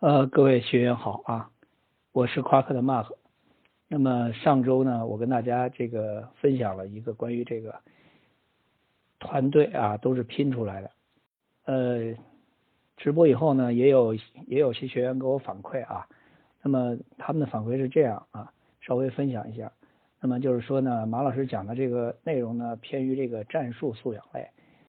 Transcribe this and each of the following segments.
各位学员好啊，我是夸克的 Mark。那么上周呢，我跟大家分享了一个关于这个团队啊都是拼出来的。直播以后呢，也有些学员给我反馈啊，那么他们的反馈是这样啊，稍微分享一下。那么就是说呢，马老师讲的这个内容呢，偏于这个战术素养类。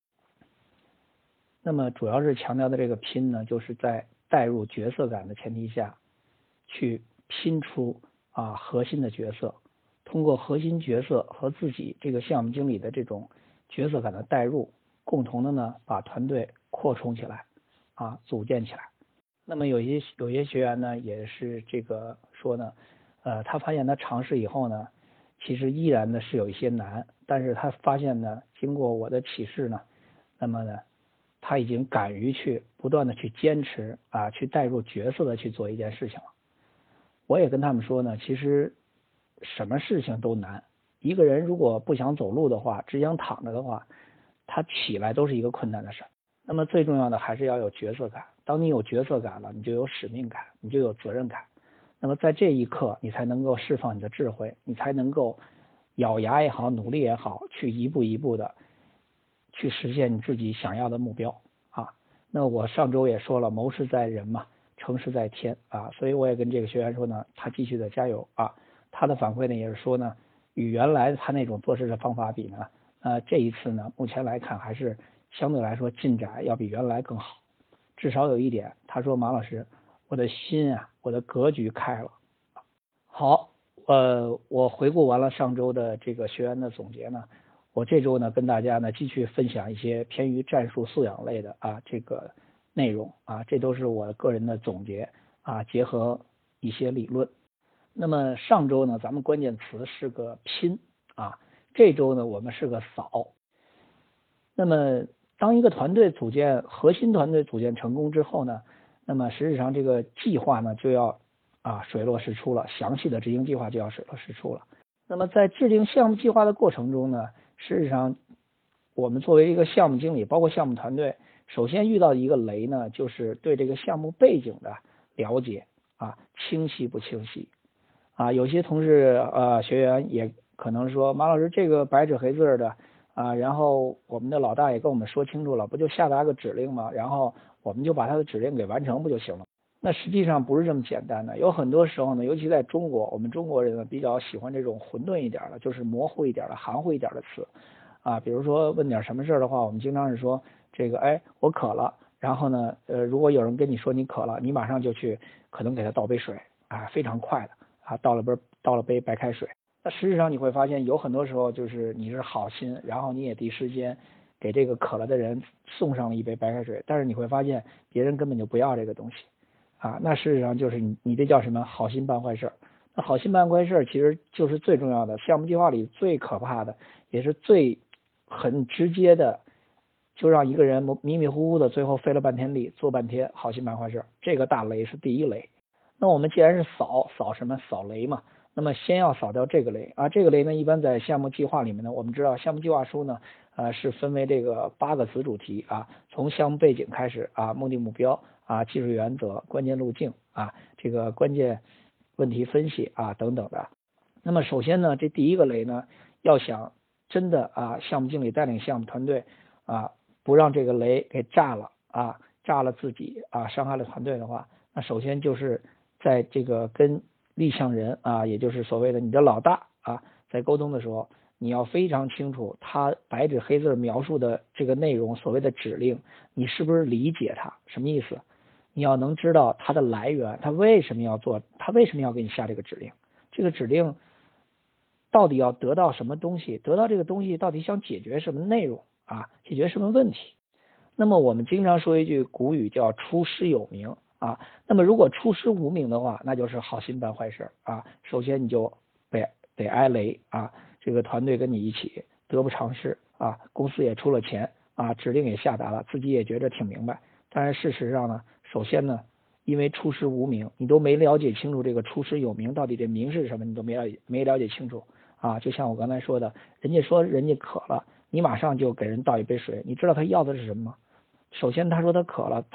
那么主要是强调的这个拼呢，就是在带入角色感的前提下，去拼出核心的角色，通过核心角色和自己这个项目经理的这种角色感的带入，共同的呢把团队扩充起来组建起来。那么有些学员呢也是说呢，他发现他尝试以后呢，其实依然呢是有一些难，但是他发现呢，经过我的启示呢，那么呢，他已经敢于去不断的去坚持去带入角色的去做一件事情了。我也跟他们说呢，其实什么事情都难。一个人如果不想走路的话，只想躺着的话，他起来都是一个困难的事。那么最重要的还是要有角色感。当你有角色感了，你就有使命感，你就有责任感。那么在这一刻，你才能够释放你的智慧，你才能够咬牙也好，努力也好，去一步一步的去实现你自己想要的目标啊。那我上周也说了，谋事在人嘛，成事在天啊，所以我也跟这个学员说呢，他继续的加油啊。他的反馈呢也是说呢，与原来他那种做事的方法比呢，这一次呢，目前来看还是相对来说进展要比原来更好。至少有一点，他说马老师，我的心我的格局开了。好，我回顾完了上周的这个学员的总结呢，我这周呢跟大家呢继续分享一些偏于战术素养类的这个内容这都是我个人的总结结合一些理论。那么上周呢，咱们关键词是个拼这周呢我们是个扫。那么当一个核心团队组建成功之后呢，那么实际上这个计划呢就要水落石出了，详细的执行计划就要水落石出了。那么在制定项目计划的过程中呢，事实上我们作为一个项目经理，包括项目团队，首先遇到一个雷呢，就是对这个项目背景的了解清晰不清晰有些同事学员也可能说，马老师这个白纸黑字的然后我们的老大也跟我们说清楚了，不就下达个指令吗？然后我们就把他的指令给完成不就行了？那实际上不是这么简单的，有很多时候呢，尤其在中国，我们中国人呢比较喜欢这种混沌一点的，就是模糊一点的、含糊一点的词比如说问点什么事的话，我们经常是说我渴了，然后呢如果有人跟你说你渴了，你马上就去可能给他倒杯水非常快的倒了杯白开水。那实际上你会发现有很多时候就是你是好心，然后你也第一时间给这个渴了的人送上了一杯白开水，但是你会发现别人根本就不要这个东西那事实上就是你这叫什么好心办坏事。那好心办坏事其实就是最重要的，项目计划里最可怕的，也是很直接的，就让一个人迷迷糊糊的最后费了半天力做半天好心办坏事，这个大雷是第一雷。那我们既然是扫什么？扫雷嘛。那么先要扫掉这个雷这个雷呢，一般在项目计划里面呢，我们知道项目计划书呢是分为这个8个子主题从项目背景开始目的目标技术原则、关键路径这个关键问题分析等等的。那么首先呢，这第一个雷呢，要想真的项目经理带领项目团队不让这个雷给炸了炸了自己伤害了团队的话，那首先就是在这个跟立项人也就是所谓的你的老大在沟通的时候，你要非常清楚他白纸黑字描述的这个内容，所谓的指令，你是不是理解他什么意思？你要能知道它的来源，他为什么要做，他为什么要给你下这个指令，这个指令到底要得到什么东西，得到这个东西到底想解决什么内容解决什么问题。那么我们经常说一句古语叫出师有名那么如果出师无名的话，那就是好心办坏事首先你就得挨雷这个团队跟你一起得不偿失公司也出了钱指令也下达了，自己也觉得挺明白，但是事实上呢，首先呢，因为出师无名，你都没了解清楚这个出师有名到底这名是什么，你都没了解清楚就像我刚才说的，人家说人家渴了，你马上就给人倒一杯水，你知道他要的是什么吗？首先他说他渴了，他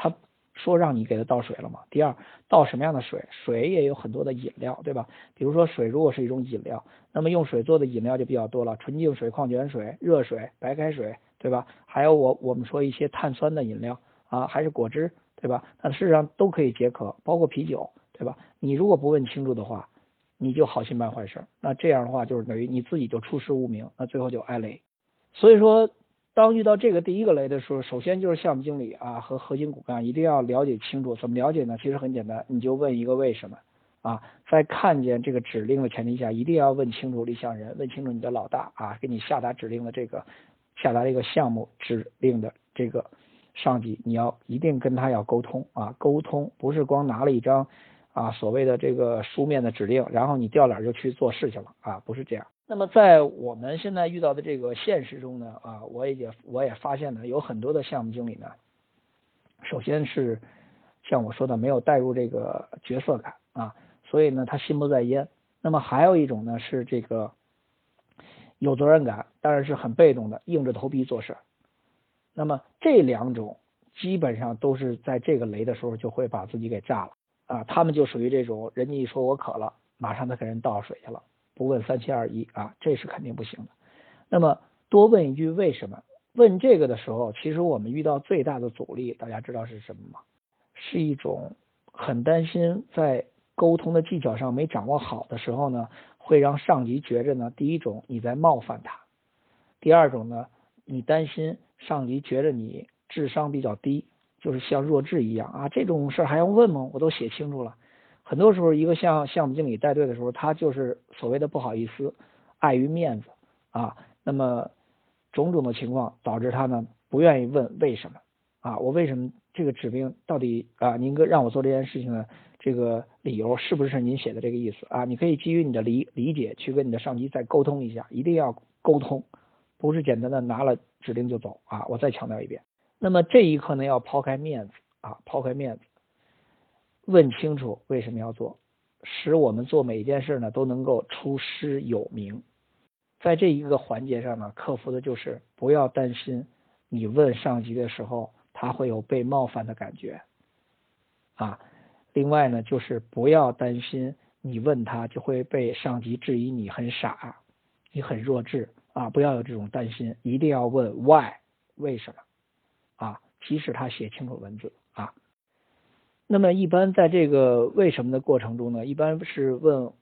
说让你给他倒水了吗？第二，倒什么样的水？水也有很多的饮料，对吧？比如说水如果是一种饮料，那么用水做的饮料就比较多了，纯净水、矿泉水、热水、白开水，对吧？还有我们说一些碳酸的饮料啊，还是果汁，对吧？那事实上都可以解渴，包括啤酒，对吧？你如果不问清楚的话，你就好心办坏事，那这样的话就是等于你自己就出师无名，那最后就挨雷。所以说，当遇到这个第一个雷的时候，首先就是项目经理啊和核心骨干一定要了解清楚。怎么了解呢？其实很简单，你就问一个为什么啊，在看见这个指令的前提下，一定要问清楚立项人，问清楚你的老大啊，给你下达指令的这个项目指令的这个上级，你要一定跟他要沟通啊，沟通不是光拿了一张所谓的这个书面的指令，然后你掉脸就去做事情了啊，不是这样。那么在我们现在遇到的这个现实中呢，我也发现呢，有很多的项目经理呢，首先是像我说的没有带入这个角色感啊，所以呢他心不在焉。那么还有一种呢是这个有责任感，但是是很被动的，硬着头皮做事。那么这两种基本上都是在这个雷的时候就会把自己给炸了啊，他们就属于这种人家一说我渴了，马上他给人倒水去了，不问三七二十一啊，这是肯定不行的。那么多问一句为什么？问这个的时候，其实我们遇到最大的阻力，大家知道是什么吗？是一种很担心在沟通的技巧上没掌握好的时候呢，会让上级觉着呢，第一种你在冒犯他，第二种呢，你担心上级觉得你智商比较低，就是像弱智一样啊，这种事还要问吗？我都写清楚了。很多时候，一个项目经理带队的时候，他就是所谓的不好意思，碍于面子啊，那么种种的情况导致他呢不愿意问为什么啊，我为什么这个指令到底您让我做这件事情呢？这个理由是不是您写的这个意思啊？你可以基于你的理解去跟你的上级再沟通一下，一定要沟通，不是简单的拿了指令就走啊！我再强调一遍。那么这一刻呢，要抛开面子抛开面子，问清楚为什么要做，使我们做每一件事呢都能够出师有名。在这一个环节上呢，克服的就是不要担心你问上级的时候他会有被冒犯的感觉啊。另外呢，就是不要担心你问他就会被上级质疑你很傻，你很弱智啊，不要有这种担心，一定要问 why 为什么啊，即使他写清楚文字啊。那么一般在这个为什么的过程中呢，一般是问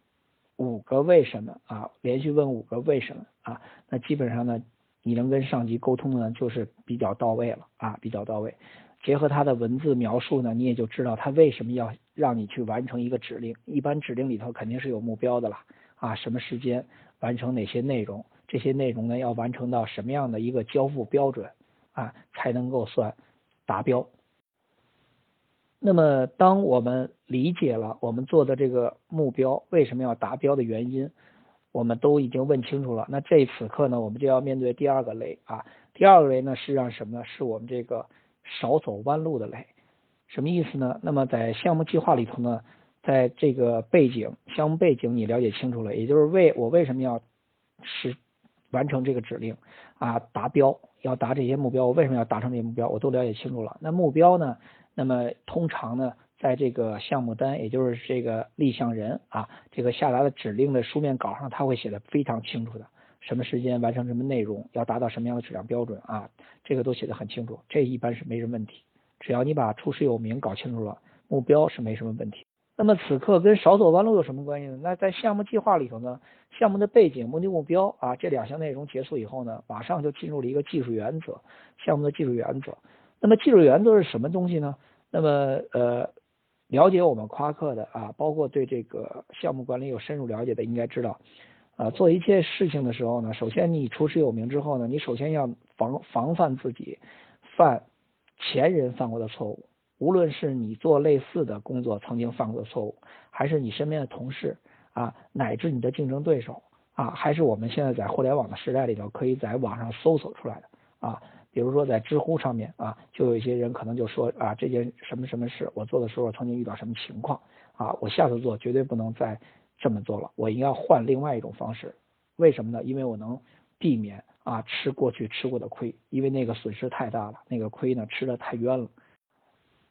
5个为什么啊，连续问5个为什么啊，那基本上呢，你能跟上级沟通呢，就是比较到位了啊，比较到位。结合他的文字描述呢，你也就知道他为什么要让你去完成一个指令。一般指令里头肯定是有目标的了啊，什么时间完成哪些内容，这些内容呢要完成到什么样的一个交付标准啊，才能够算达标。那么当我们理解了我们做的这个目标为什么要达标的原因，我们都已经问清楚了。那这此刻呢，我们就要面对第二个雷啊。第二个雷呢是让什么呢？是我们这个少走弯路的雷。什么意思呢？那么在项目计划里头呢，在这个项目背景你了解清楚了，也就是我为什么要完成这个指令啊，达标要达这些目标，我为什么要达成这些目标，我都了解清楚了。那目标呢？那么通常呢，在这个项目单，也就是这个立项人这个下达的指令的书面稿上，他会写的非常清楚的，什么时间完成什么内容，要达到什么样的质量标准这个都写的很清楚，这一般是没什么问题。只要你把出师有名搞清楚了，目标是没什么问题。那么此刻跟少走弯路有什么关系呢？那在项目计划里头呢，项目的背景、目的目标这2项内容结束以后呢，马上就进入了一个技术原则，项目的技术原则。那么技术原则是什么东西呢？那么了解我们夸克的包括对这个项目管理有深入了解的，应该知道做一切事情的时候呢，首先你出师有名之后呢，你首先要防范自己犯前人犯过的错误，无论是你做类似的工作曾经犯过的错误，还是你身边的同事乃至你的竞争对手还是我们现在在互联网的时代里头可以在网上搜索出来的比如说在知乎上面就有一些人可能就说这件什么什么事我做的时候曾经遇到什么情况我下次做绝对不能再这么做了，我应该换另外一种方式。为什么呢？因为我能避免过去吃过的亏，因为那个损失太大了，那个亏呢吃得太冤了。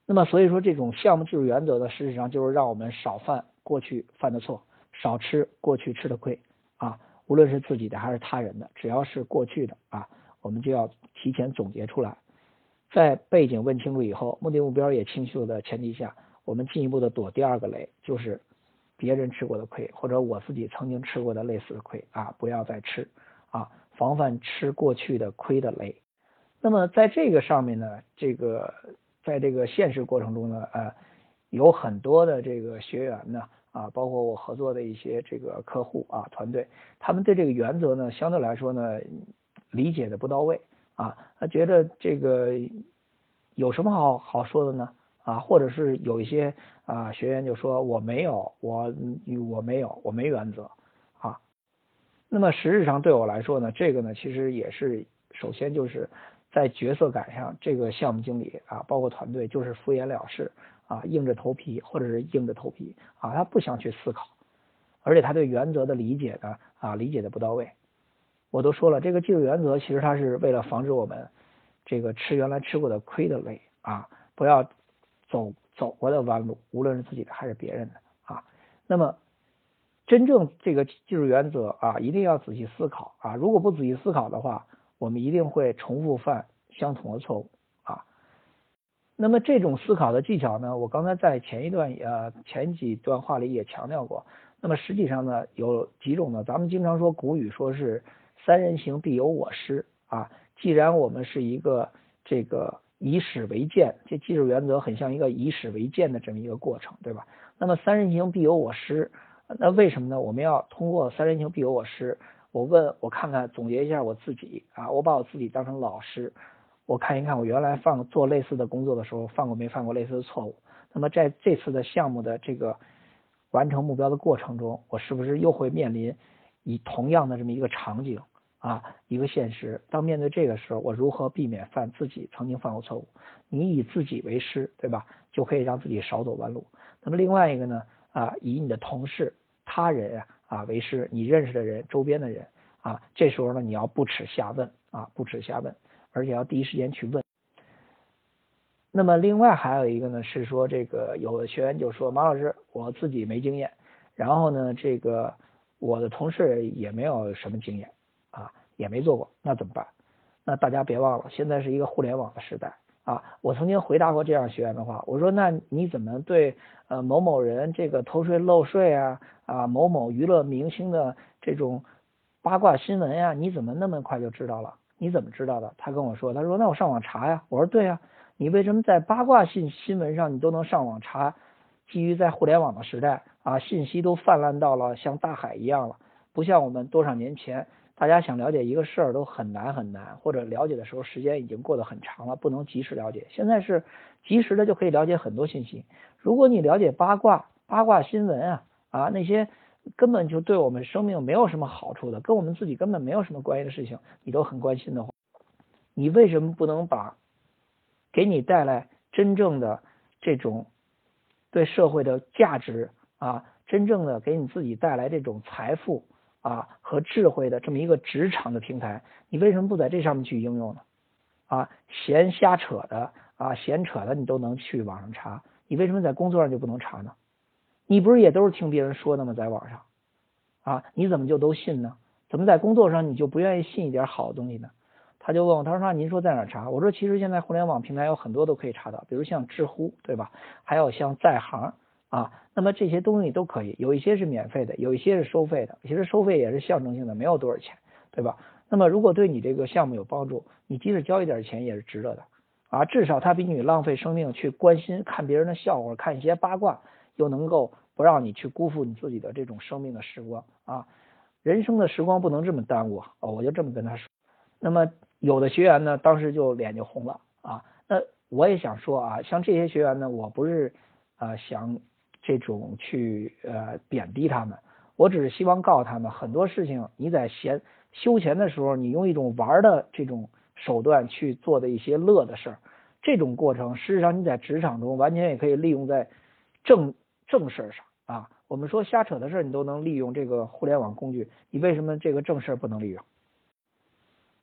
那么所以说这种项目技术原则呢，事实上就是让我们少犯过去犯的错，少吃过去吃的亏啊，无论是自己的还是他人的，只要是过去的啊，我们就要提前总结出来，在背景问清楚以后，目的目标也清楚的前提下，我们进一步的躲第二个雷，就是别人吃过的亏，或者我自己曾经吃过的类似的亏啊，不要再吃啊，防范吃过去的亏的雷。那么在这个上面呢，在这个现实过程中呢，有很多的这个学员呢，包括我合作的一些这个客户啊团队，他们对这个原则呢，相对来说呢，理解的不到位啊，他觉得这个有什么好说的呢？啊，或者是有一些学员就说我没有，我没有，我没原则啊。那么实质上对我来说呢，这个呢其实也是首先就是在角色感上，这个项目经理包括团队就是敷衍了事硬着头皮或者是硬着头皮他不想去思考，而且他对原则的理解呢理解的不到位。我都说了，这个技术原则其实它是为了防止我们这个吃原来吃过的亏的雷不要走过的弯路，无论是自己的还是别人的那么真正这个技术原则一定要仔细思考如果不仔细思考的话，我们一定会重复犯相同的错误那么这种思考的技巧呢，我刚才在前几段话里也强调过。那么实际上呢，有几种呢？咱们经常说古语说是三人行必有我师既然我们是一个这个以史为鉴，这技术原则很像一个以史为鉴的这么一个过程，对吧？那么三人行必有我师，那为什么呢？我们要通过三人行必有我师，我看看总结一下我自己我把我自己当成老师。我看一看我原来做类似的工作的时候犯过类似的错误，那么在这次的项目的这个完成目标的过程中，我是不是又会面临以同样的这么一个场景一个现实，当面对这个时候，我如何避免犯自己曾经犯过错误？你以自己为师，对吧？就可以让自己少走弯路。那么另外一个呢以你的同事他人为师，你认识的人周边的人这时候呢你要不耻下问不耻下问，而且要第一时间去问。那么另外还有一个呢是说，这个有的学员就说，马老师我自己没经验，然后呢这个我的同事也没有什么经验也没做过，那怎么办？那大家别忘了，现在是一个互联网的时代我曾经回答过这样学员的话，我说那你怎么对某某人这个偷税漏税某某娱乐明星的这种八卦新闻你怎么那么快就知道了？你怎么知道的？他跟我说，他说那我上网查呀。我说对呀，你为什么在八卦新闻上你都能上网查？基于在互联网的时代信息都泛滥到了像大海一样了，不像我们多少年前，大家想了解一个事儿都很难，或者了解的时候时间已经过得很长了，不能及时了解。现在是及时的就可以了解很多信息。如果你了解八卦新闻那些根本就对我们生命没有什么好处的，跟我们自己根本没有什么关系的事情，你都很关心的话，你为什么不能把给你带来真正的这种对社会的价值真正的给你自己带来这种财富和智慧的这么一个职场的平台，你为什么不在这上面去应用呢？闲扯的你都能去网上查，你为什么在工作上就不能查呢？你不是也都是听别人说的吗？在网上你怎么就都信呢？怎么在工作上你就不愿意信一点好的东西呢？他就问我，他说那您说在哪查？我说其实现在互联网平台有很多都可以查到，比如像知乎，对吧？还有像在行那么这些东西都可以，有一些是免费的，有一些是收费的，其实收费也是象征性的，没有多少钱，对吧？那么如果对你这个项目有帮助，你即使交一点钱也是值得的至少它比你浪费生命去关心看别人的笑话，看一些八卦，又能够不让你去辜负你自己的这种生命的时光人生的时光不能这么耽误我就这么跟他说。那么有的学员呢，当时就脸就红了那我也想说像这些学员呢，我不是想这种去贬低他们，我只是希望告诉他们，很多事情你在休闲的时候，你用一种玩的这种手段去做的一些乐的事儿，这种过程事实上你在职场中完全也可以利用在正事上我们说瞎扯的事你都能利用这个互联网工具，你为什么这个正事不能利用？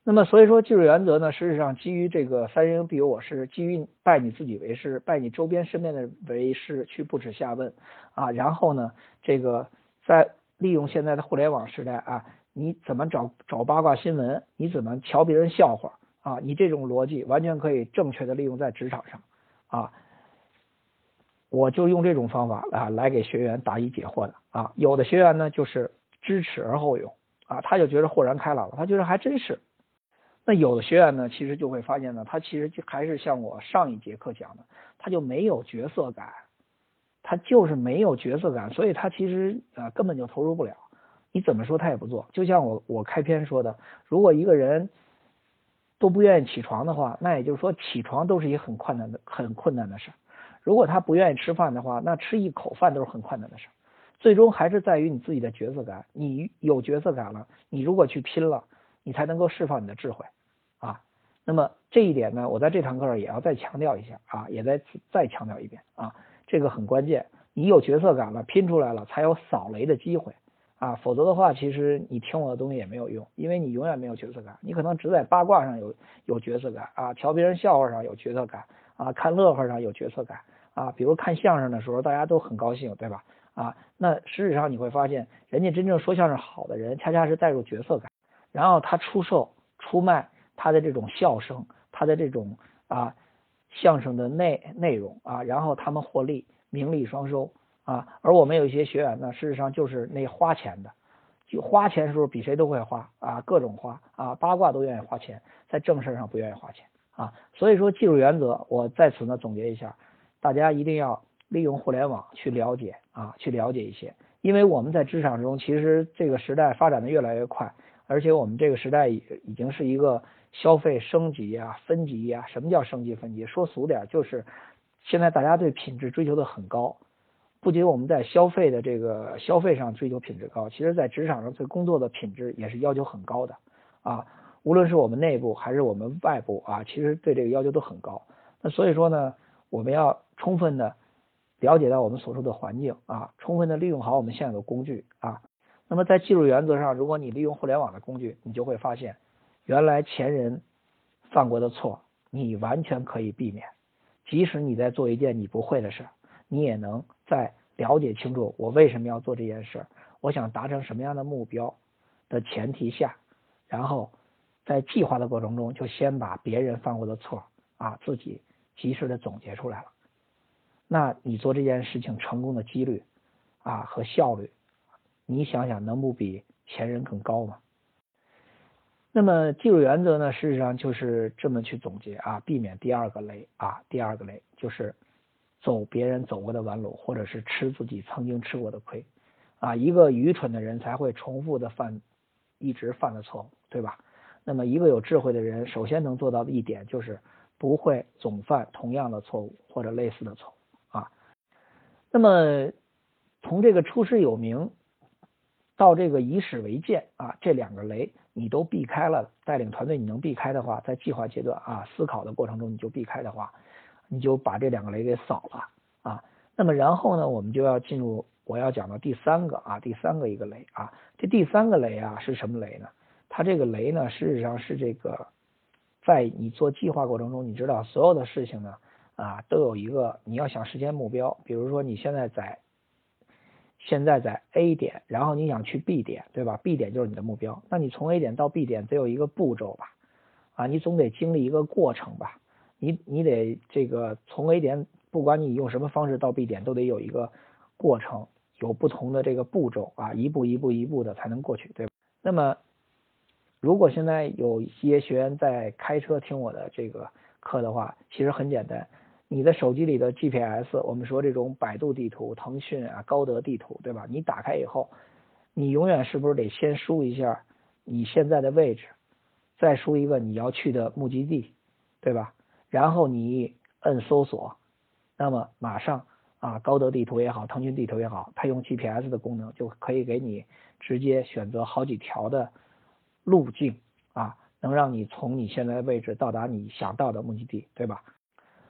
那么所以说技术原则呢，事实上基于这个三人必有我师，基于拜你自己为师，拜你周边身边的为师，去不耻下问啊。然后呢，这个在利用现在的互联网时代啊，你怎么找八卦新闻，你怎么瞧别人笑话啊，你这种逻辑完全可以正确的利用在职场上啊。我就用这种方法啊来给学员答疑解惑的啊。有的学员呢就是知耻而后勇啊，他就觉得豁然开朗了，他觉得还真是。那有的学员呢，其实就会发现呢，他其实就还是像我上一节课讲的，他就没有角色感，他就是没有角色感，所以他其实根本就投入不了。你怎么说他也不做。就像我开篇说的，如果一个人都不愿意起床的话，那也就是说起床都是一个很困难的事。如果他不愿意吃饭的话，那吃一口饭都是很困难的事。最终还是在于你自己的角色感，你有角色感了，你如果去拼了，你才能够释放你的智慧啊。那么这一点呢，我在这堂课上也要再强调一下啊，也再强调一遍啊，这个很关键。你有角色感了，拼出来了，才有扫雷的机会啊，否则的话，其实你听我的东西也没有用，因为你永远没有角色感，你可能只在八卦上有角色感啊，瞧别人笑话上有角色感啊，看乐呵上有角色感啊，比如看相声的时候大家都很高兴，对吧？啊，那事实上你会发现，人家真正说相声好的人，恰恰是带入角色感，然后他出卖他的这种笑声，他的这种相声的内容啊，然后他们获利，名利双收啊。而我们有一些学员呢，事实上就是那花钱的，就花钱的时候比谁都会花啊，各种花啊，八卦都愿意花钱，在正事上不愿意花钱啊。所以说技术原则，我在此呢总结一下，大家一定要利用互联网去了解啊，去了解一些，因为我们在职场中，其实这个时代发展的越来越快，而且我们这个时代已经是一个消费升级啊、分级啊。什么叫升级分级？说俗点，就是现在大家对品质追求的很高。不仅我们在消费的这个消费上追求品质高，其实在职场上对工作的品质也是要求很高的啊。无论是我们内部还是我们外部啊，其实对这个要求都很高。那所以说呢，我们要充分的了解到我们所处的环境啊，充分的利用好我们现有的工具啊。那么在技术原则上，如果你利用互联网的工具，你就会发现，原来前人犯过的错，你完全可以避免。即使你在做一件你不会的事，你也能在了解清楚我为什么要做这件事，我想达成什么样的目标的前提下，然后在计划的过程中就先把别人犯过的错啊自己及时的总结出来了。那你做这件事情成功的几率啊和效率，你想想能不比前人更高吗？那么技术原则呢，事实上就是这么去总结啊，避免第二个雷啊，第二个雷就是走别人走过的弯路，或者是吃自己曾经吃过的亏啊。一个愚蠢的人才会重复的一直犯的错误，对吧？那么一个有智慧的人，首先能做到的一点就是不会总犯同样的错误或者类似的错误啊。那么从这个出师有名到这个以史为鉴啊，这两个雷你都避开了，带领团队你能避开的话，在计划阶段啊思考的过程中你就避开的话，你就把这两个雷给扫了啊。那么然后呢，我们就要进入我要讲的第三个一个雷啊。这第三个雷啊是什么雷呢？它这个雷呢，事实上是这个在你做计划过程中，你知道所有的事情呢都有一个你要想实现目标，比如说你现在在 A 点，然后你想去 B 点，对吧？ B 点就是你的目标，那你从 A 点到 B 点得有一个步骤吧啊，你总得经历一个过程吧，你得这个从 A 点，不管你用什么方式到 B 点，都得有一个过程，有不同的这个步骤啊，一步一步的才能过去，对吧？那么如果现在有一些学员在开车听我的这个课的话，其实很简单，你的手机里的 GPS， 我们说这种百度地图、腾讯高德地图，对吧？你打开以后，你永远是不是得先输一下你现在的位置，再输一个你要去的目的地，对吧？然后你摁搜索，那么马上高德地图也好，腾讯地图也好，它用 GPS 的功能就可以给你直接选择好几条的路径能让你从你现在的位置到达你想到的目的地，对吧？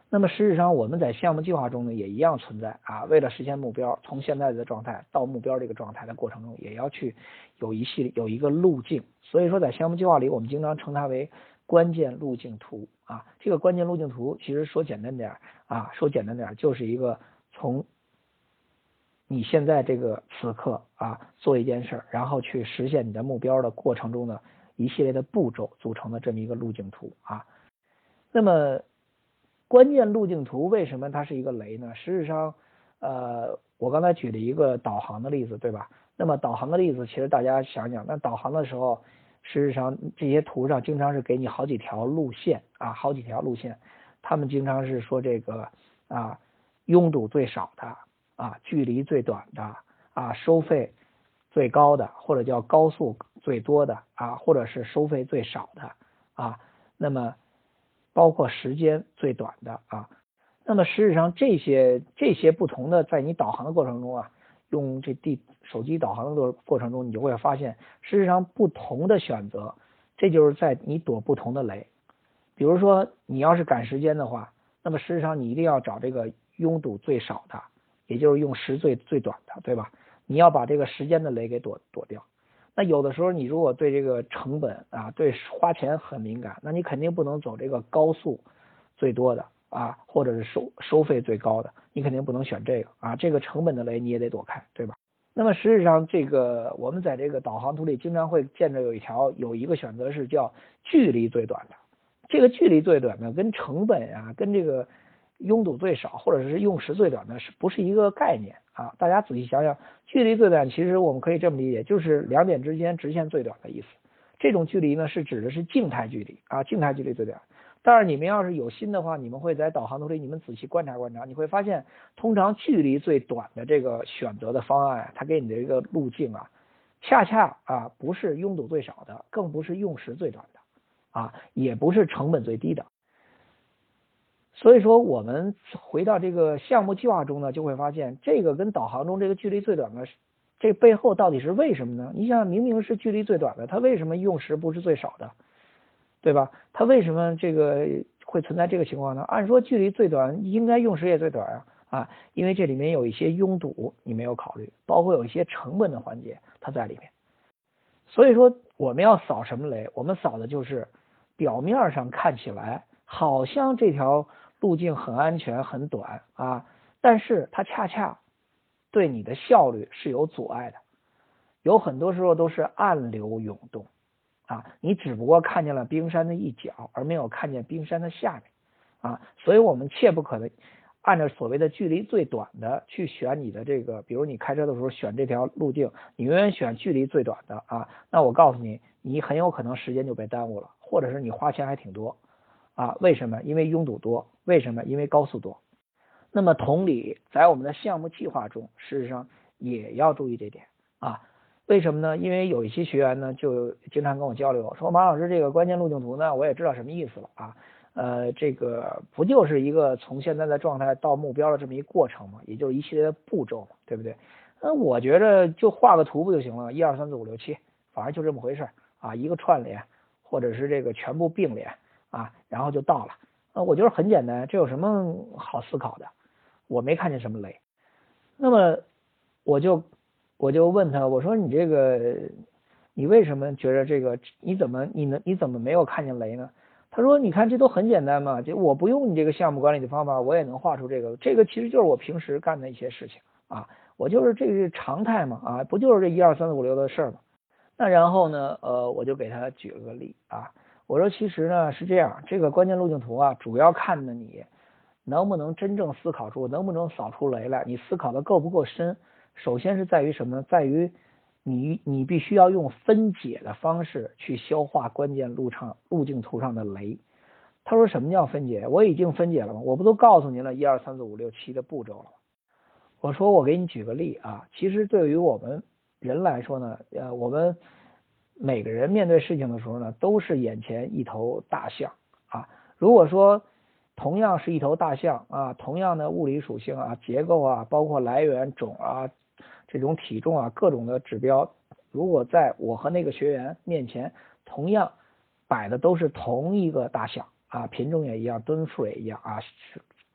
那么实质上我们在项目计划中呢也一样存在啊，为了实现目标，从现在的状态到目标这个状态的过程中，也要去有一个路径。所以说在项目计划里，我们经常称它为关键路径图啊。这个关键路径图其实说简单点就是一个从你现在这个此刻啊做一件事，然后去实现你的目标的过程中的一系列的步骤组成的这么一个路径图啊。那么关键路径图为什么它是一个雷呢？实质上，我刚才举了一个导航的例子，对吧？那么导航的例子，其实大家想想，那导航的时候，实质上这些图上经常是给你好几条路线啊，他们经常是说这个啊，拥堵最少的啊，距离最短的啊，收费最高的，或者叫高速最多的啊，或者是收费最少的啊，那么包括时间最短的啊。那么实质上这些不同的，在你导航的过程中啊，用手机导航的过程中，你就会发现，实际上不同的选择，这就是在你躲不同的雷。比如说你要是赶时间的话，那么实际上你一定要找这个拥堵最少的，也就是用时最短的，对吧？你要把这个时间的雷给躲掉。那有的时候你如果对这个成本啊，对花钱很敏感，那你肯定不能走这个高速最多的啊，或者是收费最高的，你肯定不能选这个啊，这个成本的雷你也得躲开，对吧？那么实际上这个我们在这个导航图里经常会见着有一个选择是叫距离最短的，这个距离最短的跟成本啊，跟这个拥堵最少或者是用时最短的是不是一个概念啊？大家仔细想想，距离最短其实我们可以这么理解，就是两点之间直线最短的意思。这种距离呢是指的是静态距离啊，静态距离最短。但是你们要是有心的话，你们会在导航图里你们仔细观察，你会发现，通常距离最短的这个选择的方案，它给你的这个路径啊，恰恰啊不是拥堵最少的，更不是用时最短的啊，也不是成本最低的。所以说我们回到这个项目计划中呢，就会发现这个跟导航中这个距离最短的，这背后到底是为什么呢？你想明明是距离最短的，它为什么用时不是最少的？对吧？它为什么这个会存在这个情况呢？按说距离最短应该用时也最短啊，因为这里面有一些拥堵你没有考虑，包括有一些成本的环节它在里面。所以说我们要扫什么雷？我们扫的就是表面上看起来好像这条路径很安全很短啊，但是它恰恰对你的效率是有阻碍的，有很多时候都是暗流涌动啊，你只不过看见了冰山的一角，而没有看见冰山的下面啊，所以我们切不可能按照所谓的距离最短的去选你的这个，比如你开车的时候选这条路径，你永远选距离最短的啊，那我告诉你，你很有可能时间就被耽误了，或者是你花钱还挺多啊，为什么？因为拥堵多，为什么？因为高速多。那么同理，在我们的项目计划中，事实上也要注意这点啊。为什么呢？因为有一些学员呢，就经常跟我交流，说马老师这个关键路径图呢，我也知道什么意思了啊。这个不就是一个从现在的状态到目标的这么一个过程嘛，也就是一系列的步骤嘛，对不对？那我觉着就画个图不就行了，1、2、3、4、5、6、7，反正就这么回事啊，一个串联或者是这个全部并联啊，然后就到了。我觉得很简单，这有什么好思考的？我没看见什么雷。那么我就问他，我说你这个你为什么觉得这个你怎么没有看见雷呢？他说你看这都很简单嘛，就我不用你这个项目管理的方法，我也能画出这个其实就是我平时干的一些事情啊，我就是这是常态嘛啊，不就是这1、2、3、4、5、6的事儿嘛。那然后呢我就给他举了个例啊，我说其实呢是这样，这个关键路径图啊，主要看的你能不能真正思考出，能不能扫出雷来，你思考的够不够深。首先是在于什么呢？在于你必须要用分解的方式去消化关键路径图上的雷。他说什么叫分解？我已经分解了吗？我不都告诉您了1、2、3、4、5、6、7的步骤了吗？我说我给你举个例啊，其实对于我们人来说呢，我们每个人面对事情的时候呢，都是眼前一头大象啊。如果说同样是一头大象啊，同样的物理属性啊、结构啊，包括来源种啊、这种体重啊，各种的指标，如果在我和那个学员面前，同样摆的都是同一个大象啊，品种也一样，吨数也一样啊，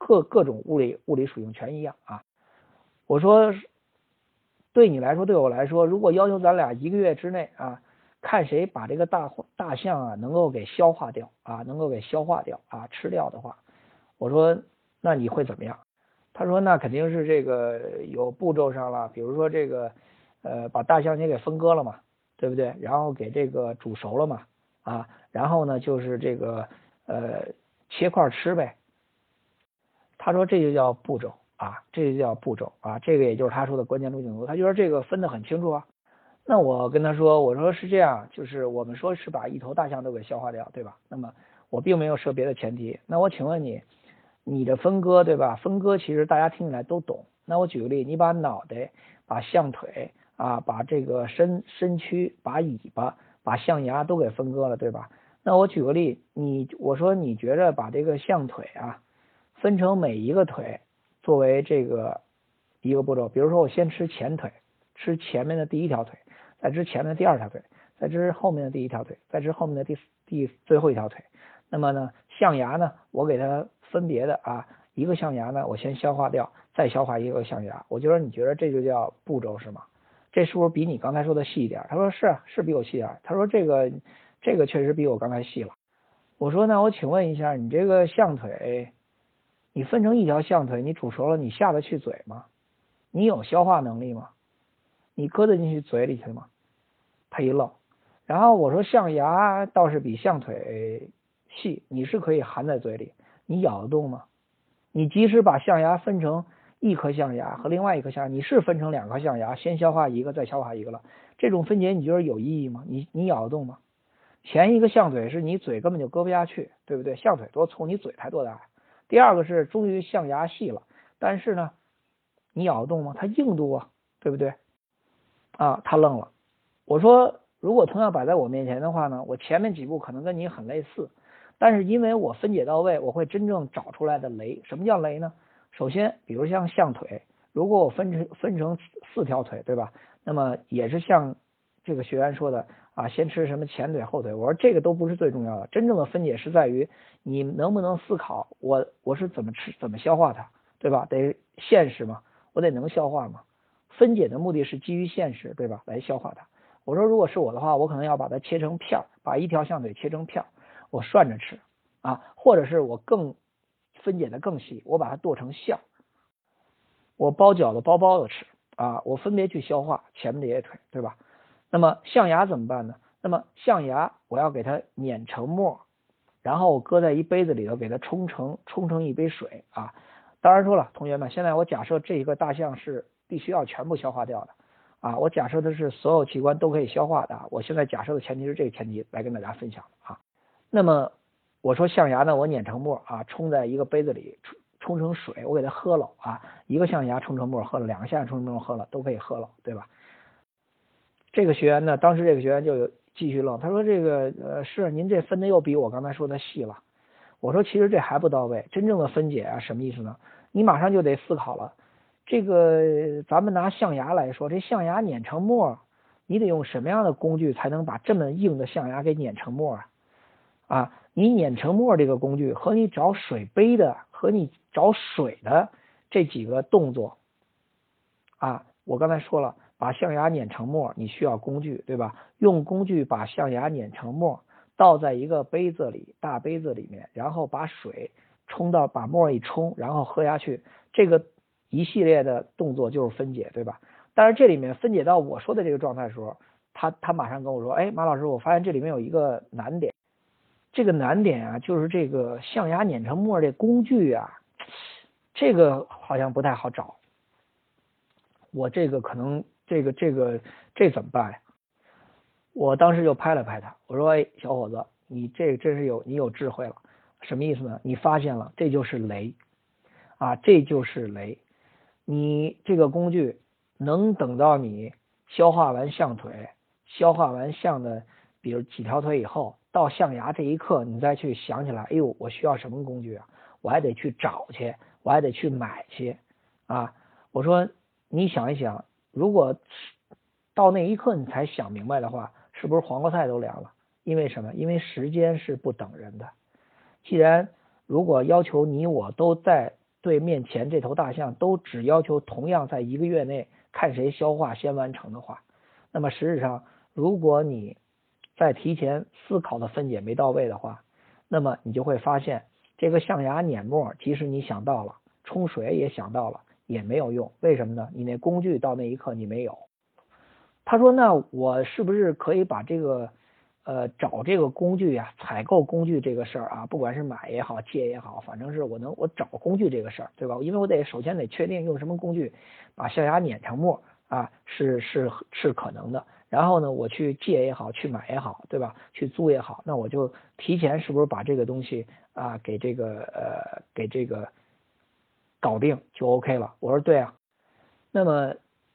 各种物理属性全一样啊。我说对你来说，对我来说，如果要求咱俩1个月之内啊，看谁把这个大象啊能够给消化掉啊，吃掉的话，我说那你会怎么样？他说那肯定是这个有步骤上了，比如说这个把大象先给分割了嘛，对不对？然后给这个煮熟了嘛，啊，然后呢就是这个切块吃呗。他说这就叫步骤啊，这就叫步骤啊，这个也就是他说的关键路径图，他觉得这个分得很清楚啊。那我跟他说，我说是这样，就是我们说是把一头大象都给消化掉，对吧？那么我并没有设别的前提。那我请问你，你的分割对吧？分割其实大家听起来都懂。那我举个例，你把脑袋、把象腿啊、把这个身躯、把尾巴、把象牙都给分割了，对吧？那我举个例，我说你觉着把这个象腿啊分成每一个腿作为这个一个步骤，比如说我先吃前腿，吃前面的第一条腿，再吃前面的第2条腿，再吃后面的第1条腿，再吃后面的最后1条腿。那么呢，象牙呢，我给它分别的啊，一个象牙呢，我先消化掉，再消化一个象牙。我就说你觉得这就叫步骤是吗？这是不是比你刚才说的细一点？他说是比我细点。他说这个确实比我刚才细了。我说那我请问一下，你这个象腿，你分成一条象腿，你煮熟了，你下得去嘴吗？你有消化能力吗？你搁得进去嘴里去吗？他一愣。然后我说象牙倒是比象腿细，你是可以含在嘴里，你咬得动吗？你即使把象牙分成一颗象牙和另外一颗象牙，你是分成2颗象牙，先消化一个再消化一个了，这种分解你觉得有意义吗？你咬得动吗？前一个象腿是你嘴根本就搁不下去，对不对？象腿多粗，你嘴才多大。第2个是终于象牙细了，但是呢你咬得动吗？它硬度啊，对不对？啊，他愣了。我说如果同样摆在我面前的话呢，我前面几步可能跟你很类似，但是因为我分解到位，我会真正找出来的雷。什么叫雷呢？首先比如像象腿，如果我分成4条腿，对吧？那么也是像这个学员说的啊，先吃什么前腿后腿，我说这个都不是最重要的，真正的分解是在于你能不能思考我是怎么吃怎么消化它，对吧？得现实嘛，我得能消化嘛。分解的目的是基于现实，对吧？来消化它。我说如果是我的话，我可能要把它切成片，把一条象腿切成片，我涮着吃啊，或者是我更分解的更细，我把它剁成馅，我包饺子包的吃啊，我分别去消化前面这些腿，对吧？那么象牙怎么办呢？那么象牙我要给它碾成沫，然后搁在一杯子里头，给它冲成一杯水啊。当然说了，同学们，现在我假设这个大象是必须要全部消化掉的啊，我假设的是所有器官都可以消化的，我现在假设的前提是这个前提来跟大家分享的啊。那么我说象牙呢，我碾成沫啊，冲在一个杯子里，冲成水，我给它喝了啊，一个象牙冲成沫喝了，2个象牙冲成沫喝了，都可以喝了，对吧？这个学员呢，当时这个学员就继续愣，他说这个是您这分的又比我刚才说的细了。我说其实这还不到位，真正的分解啊什么意思呢？你马上就得思考了，这个咱们拿象牙来说，这象牙碾成沫，你得用什么样的工具才能把这么硬的象牙给碾成沫啊？啊，你碾成沫这个工具和你找水杯的和你找水的这几个动作啊，我刚才说了，把象牙碾成沫，你需要工具，对吧？用工具把象牙碾成沫，倒在一个杯子里，大杯子里面，然后把水把沫一冲，然后喝下去，这个一系列的动作就是分解，对吧？但是这里面分解到我说的这个状态的时候，他马上跟我说，哎，马老师，我发现这里面有一个难点。这个难点啊，就是这个象牙碾成沫这工具啊，这个好像不太好找。我这个可能这怎么办呀？我当时就拍了拍他，我说：“哎，小伙子，你这真是你有智慧了。什么意思呢？你发现了，这就是雷啊，这就是雷。你这个工具能等到你消化完象腿，消化完象的，比如几条腿以后，到象牙这一刻，你再去想起来，哎呦，我需要什么工具啊？我还得去找去，我还得去买去啊。我说，你想一想，如果到那一刻你才想明白的话，是不是黄瓜菜都凉了？因为什么？因为时间是不等人的。既然如果要求你我都在对面前这头大象都只要求同样在1个月内看谁消化先完成的话，那么实质上如果你在提前思考的分解没到位的话，那么你就会发现这个象牙碾末即使你想到了，冲水也想到了，也没有用。为什么呢？你那工具到那一刻你没有。他说那我是不是可以把这个找这个工具啊，采购工具这个事儿啊，不管是买也好借也好，反正是我找工具这个事儿，对吧？因为我首先得确定用什么工具把象牙碾成末啊，是可能的。然后呢，我去借也好，去买也好，对吧？去租也好，那我就提前是不是把这个东西啊给这个搞定就 OK 了？我说对啊。那么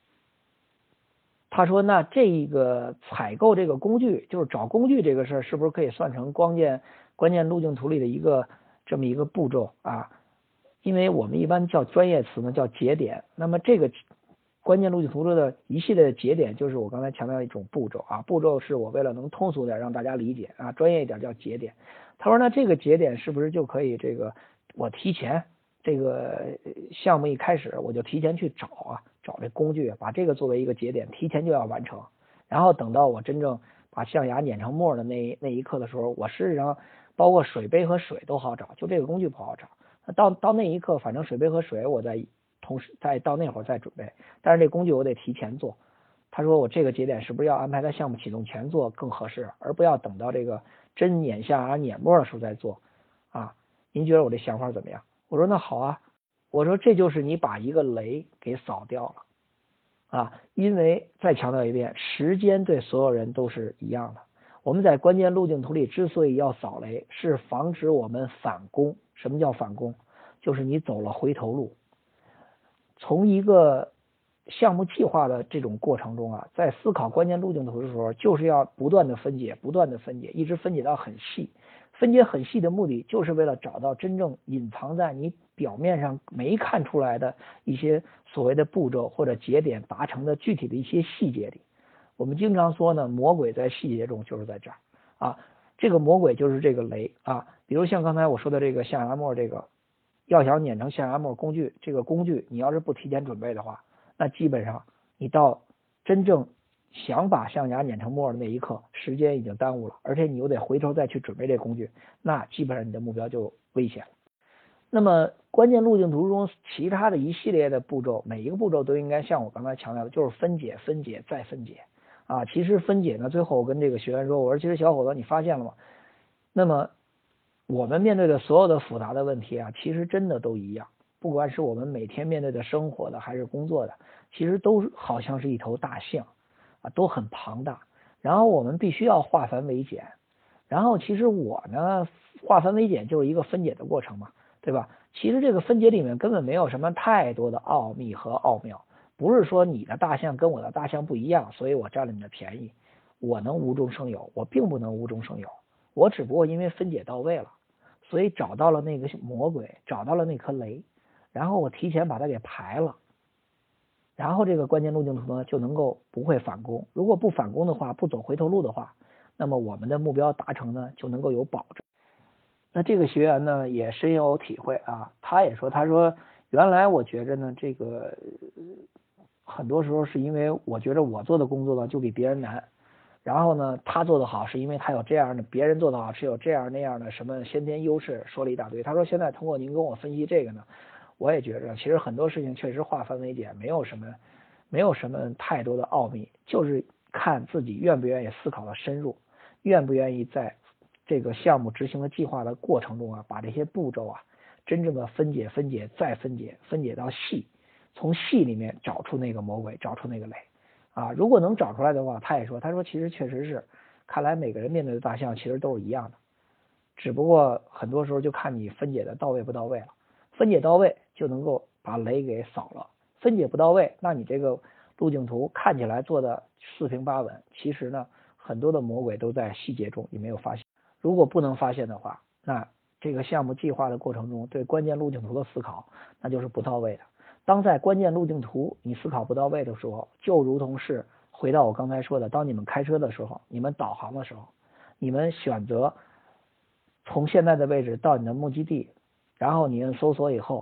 他说那这个采购这个工具，就是找工具这个事儿，是不是可以算成关键路径图里的这么一个步骤啊？因为我们一般叫专业词呢叫节点，那么这个关键路径图中的一系列的节点，就是我刚才强调的一种步骤啊。步骤是我为了能通俗点让大家理解啊，专业一点叫节点。他说那这个节点是不是就可以我提前这个项目一开始我就提前去找这工具，把这个作为一个节点，提前就要完成，然后等到我真正把象牙碾成末的那一刻的时候，我事实上包括水杯和水都好找，就这个工具不好找。到那一刻，反正水杯和水我同时到那会儿再准备，但是这工具我得提前做。他说我这个节点是不是要安排在项目启动前做更合适，而不要等到这个真碾象牙碾末的时候再做啊？您觉得我这想法怎么样？我说那好啊，我说这就是你把一个雷给扫掉了啊，因为再强调一遍，时间对所有人都是一样的。我们在关键路径图里之所以要扫雷，是防止我们反攻。什么叫反攻？就是你走了回头路。从一个项目计划的这种过程中啊，在思考关键路径图的时候，就是要不断的分解，一直分解到很细。分解很细的目的，就是为了找到真正隐藏在你表面上没看出来的一些所谓的步骤或者节点达成的具体的一些细节里。我们经常说呢，魔鬼在细节中，就是在这儿啊。这个魔鬼就是这个雷啊。比如像刚才我说的这个象牙末，这个要想碾成象牙末工具，这个工具你要是不提前准备的话，那基本上你到真正想把象牙碾成末的那一刻，时间已经耽误了，而且你又得回头再去准备这工具，那基本上你的目标就危险了。那么关键路径图中其他的一系列的步骤，每一个步骤都应该像我刚才强调的，就是分解再分解啊。其实分解呢，最后我跟这个学员说，我说其实小伙子你发现了吗？那么我们面对的所有的复杂的问题啊，其实真的都一样，不管是我们每天面对的生活的还是工作的，其实都好像是一头大象啊，都很庞大。然后我们必须要化繁为简，然后其实我呢，化繁为简就是一个分解的过程嘛，对吧？其实这个分解里面根本没有什么太多的奥秘和奥妙，不是说你的大象跟我的大象不一样，所以我占了你的便宜，我能无中生有，我并不能无中生有，我只不过因为分解到位了，所以找到了那个魔鬼，找到了那颗雷，然后我提前把它给排了，然后这个关键路径图呢就能够不会反攻。如果不反攻的话，不走回头路的话，那么我们的目标达成呢就能够有保证。那这个学员呢也深有体会啊，他说原来我觉着呢这个很多时候是因为我觉着我做的工作呢就比别人难，然后呢他做的好是因为他有这样的，别人做的好是有这样那样的什么先天优势，说了一大堆。他说现在通过您跟我分析这个呢，我也觉着其实很多事情确实化繁为简，没有什么太多的奥秘，就是看自己愿不愿意思考的深入，愿不愿意在这个项目执行的计划的过程中啊，把这些步骤啊真正的分解再分解，分解到细，从细里面找出那个魔鬼，找出那个雷啊。如果能找出来的话，他说其实确实是，看来每个人面对的大象其实都是一样的，只不过很多时候就看你分解的到位不到位了。分解到位就能够把雷给扫了，分解不到位，那你这个路径图看起来做的四平八稳，其实呢很多的魔鬼都在细节中，你没有发现。如果不能发现的话，那这个项目计划的过程中对关键路径图的思考那就是不到位的。当在关键路径图你思考不到位的时候，就如同是回到我刚才说的，当你们开车的时候，你们导航的时候，你们选择从现在的位置到你的目的地，然后你按搜索以后，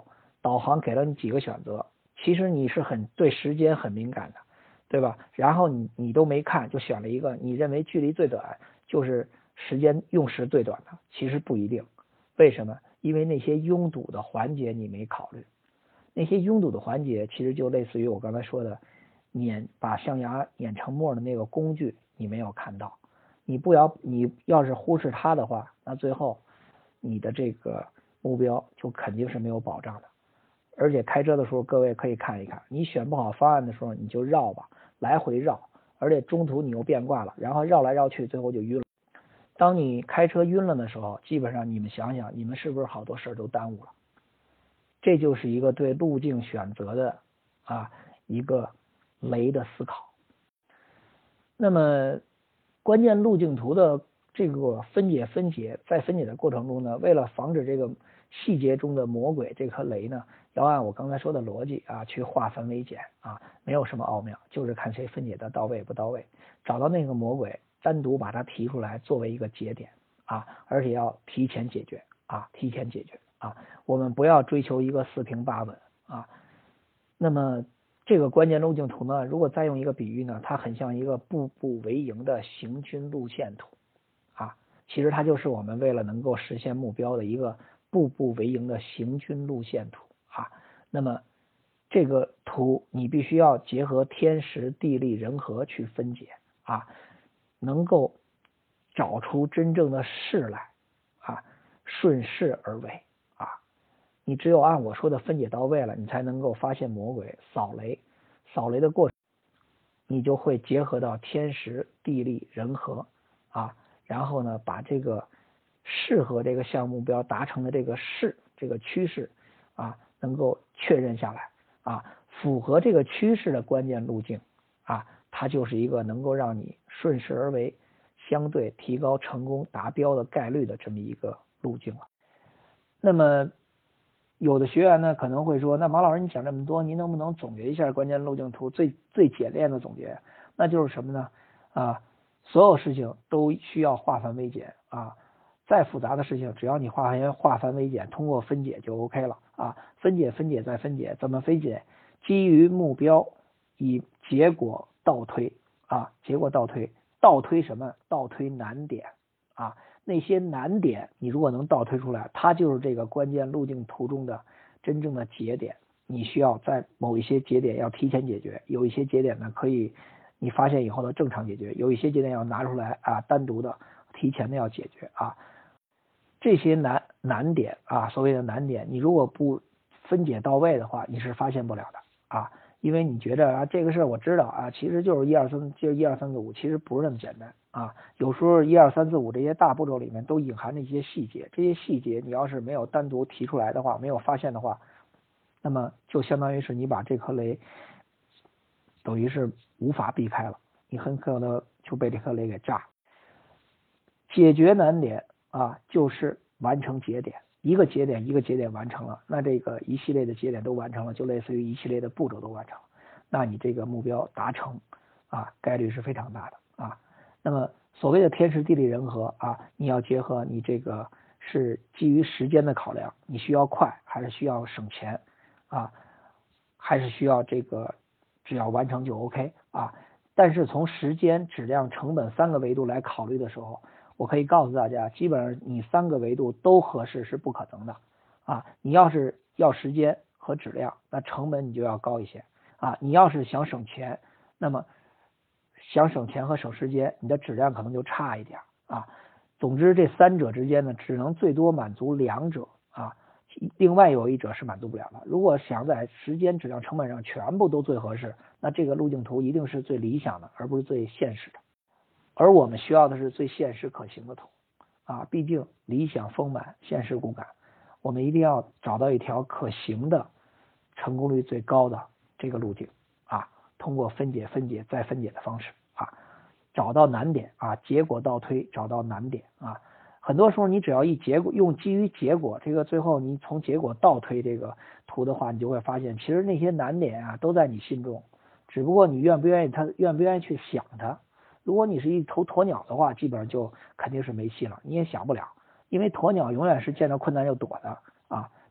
导航给了你几个选择，其实你是对时间很敏感的，对吧？然后你都没看就选了一个你认为距离最短，就是时间用时最短的，其实不一定。为什么？因为那些拥堵的环节你没考虑。那些拥堵的环节其实就类似于我刚才说的把象牙碾成沫的那个工具你没有看到，你要是忽视它的话，那最后你的这个目标就肯定是没有保障的。而且开车的时候各位可以看一看，你选不好方案的时候你就绕吧，来回绕，而且中途你又变卦了，然后绕来绕去最后就晕了。当你开车晕了的时候，基本上你们想想你们是不是好多事都耽误了。这就是一个对路径选择的一个雷的思考。那么关键路径图的这个在分解的过程中呢，为了防止这个细节中的魔鬼这颗雷呢，要按我刚才说的逻辑去化繁为简没有什么奥妙，就是看谁分解的到位不到位，找到那个魔鬼，单独把它提出来作为一个节点而且要提前解决我们不要追求一个四平八稳那么这个关键路径图呢，如果再用一个比喻呢，它很像一个步步为营的行军路线图其实它就是我们为了能够实现目标的一个步步为营的行军路线图那么这个图你必须要结合天时地利人和去分解能够找出真正的势来顺势而为你只有按我说的分解到位了，你才能够发现魔鬼扫雷的过程，你就会结合到天时地利人和然后呢把这个适合这个项目目标达成的这个趋势能够确认下来符合这个趋势的关键路径它就是一个能够让你顺势而为，相对提高成功达标的概率的这么一个路径了。那么有的学员呢可能会说，那马老师你讲这么多，您能不能总结一下关键路径图最简练的总结？那就是什么呢所有事情都需要化繁为简再复杂的事情只要你化繁为简，通过分解就 OK 了分解再分解，怎么分解？基于目标以结果倒推结果倒推什么？倒推难点那些难点你如果能倒推出来，它就是这个关键路径图中的真正的节点，你需要在某一些节点要提前解决，有一些节点呢可以你发现以后的正常解决，有一些节点要拿出来单独的提前的要解决这些难点所谓的难点，你如果不分解到位的话，你是发现不了的因为你觉得这个事我知道其实就是1、2、3，就是1、2、3、4、5，其实不是那么简单有时候1、2、3、4、5这些大步骤里面都隐含着一些细节，这些细节你要是没有单独提出来的话，没有发现的话，那么就相当于是你把这颗雷等于是无法避开了，你很可能就被这颗雷给炸。解决难点就是完成节点，一个节点完成了，那这个一系列的节点都完成了，就类似于一系列的步骤都完成了，那你这个目标达成概率是非常大的那么所谓的天时地利人和你要结合你这个是基于时间的考量，你需要快还是需要省钱还是需要这个只要完成就 OK 但是从时间、质量、成本3个维度来考虑的时候，我可以告诉大家，基本上你3个维度都合适是不可能的你要是要时间和质量，那成本你就要高一些你要是想省钱，那么想省钱和省时间，你的质量可能就差一点总之这3者之间呢，只能最多满足2者另外有一者是满足不了的。如果想在时间、质量、成本上全部都最合适，那这个路径图一定是最理想的，而不是最现实的。而我们需要的是最现实可行的图毕竟理想丰满，现实骨感，我们一定要找到一条可行的、成功率最高的这个路径通过分解再分解的方式找到难点结果倒推找到难点很多时候你只要用基于结果，这个最后你从结果倒推这个图的话，你就会发现其实那些难点都在你心中，只不过你愿不愿意去想它。如果你是一头鸵鸟的话，基本上就肯定是没戏了，你也想不了，因为鸵鸟永远是见着困难就躲的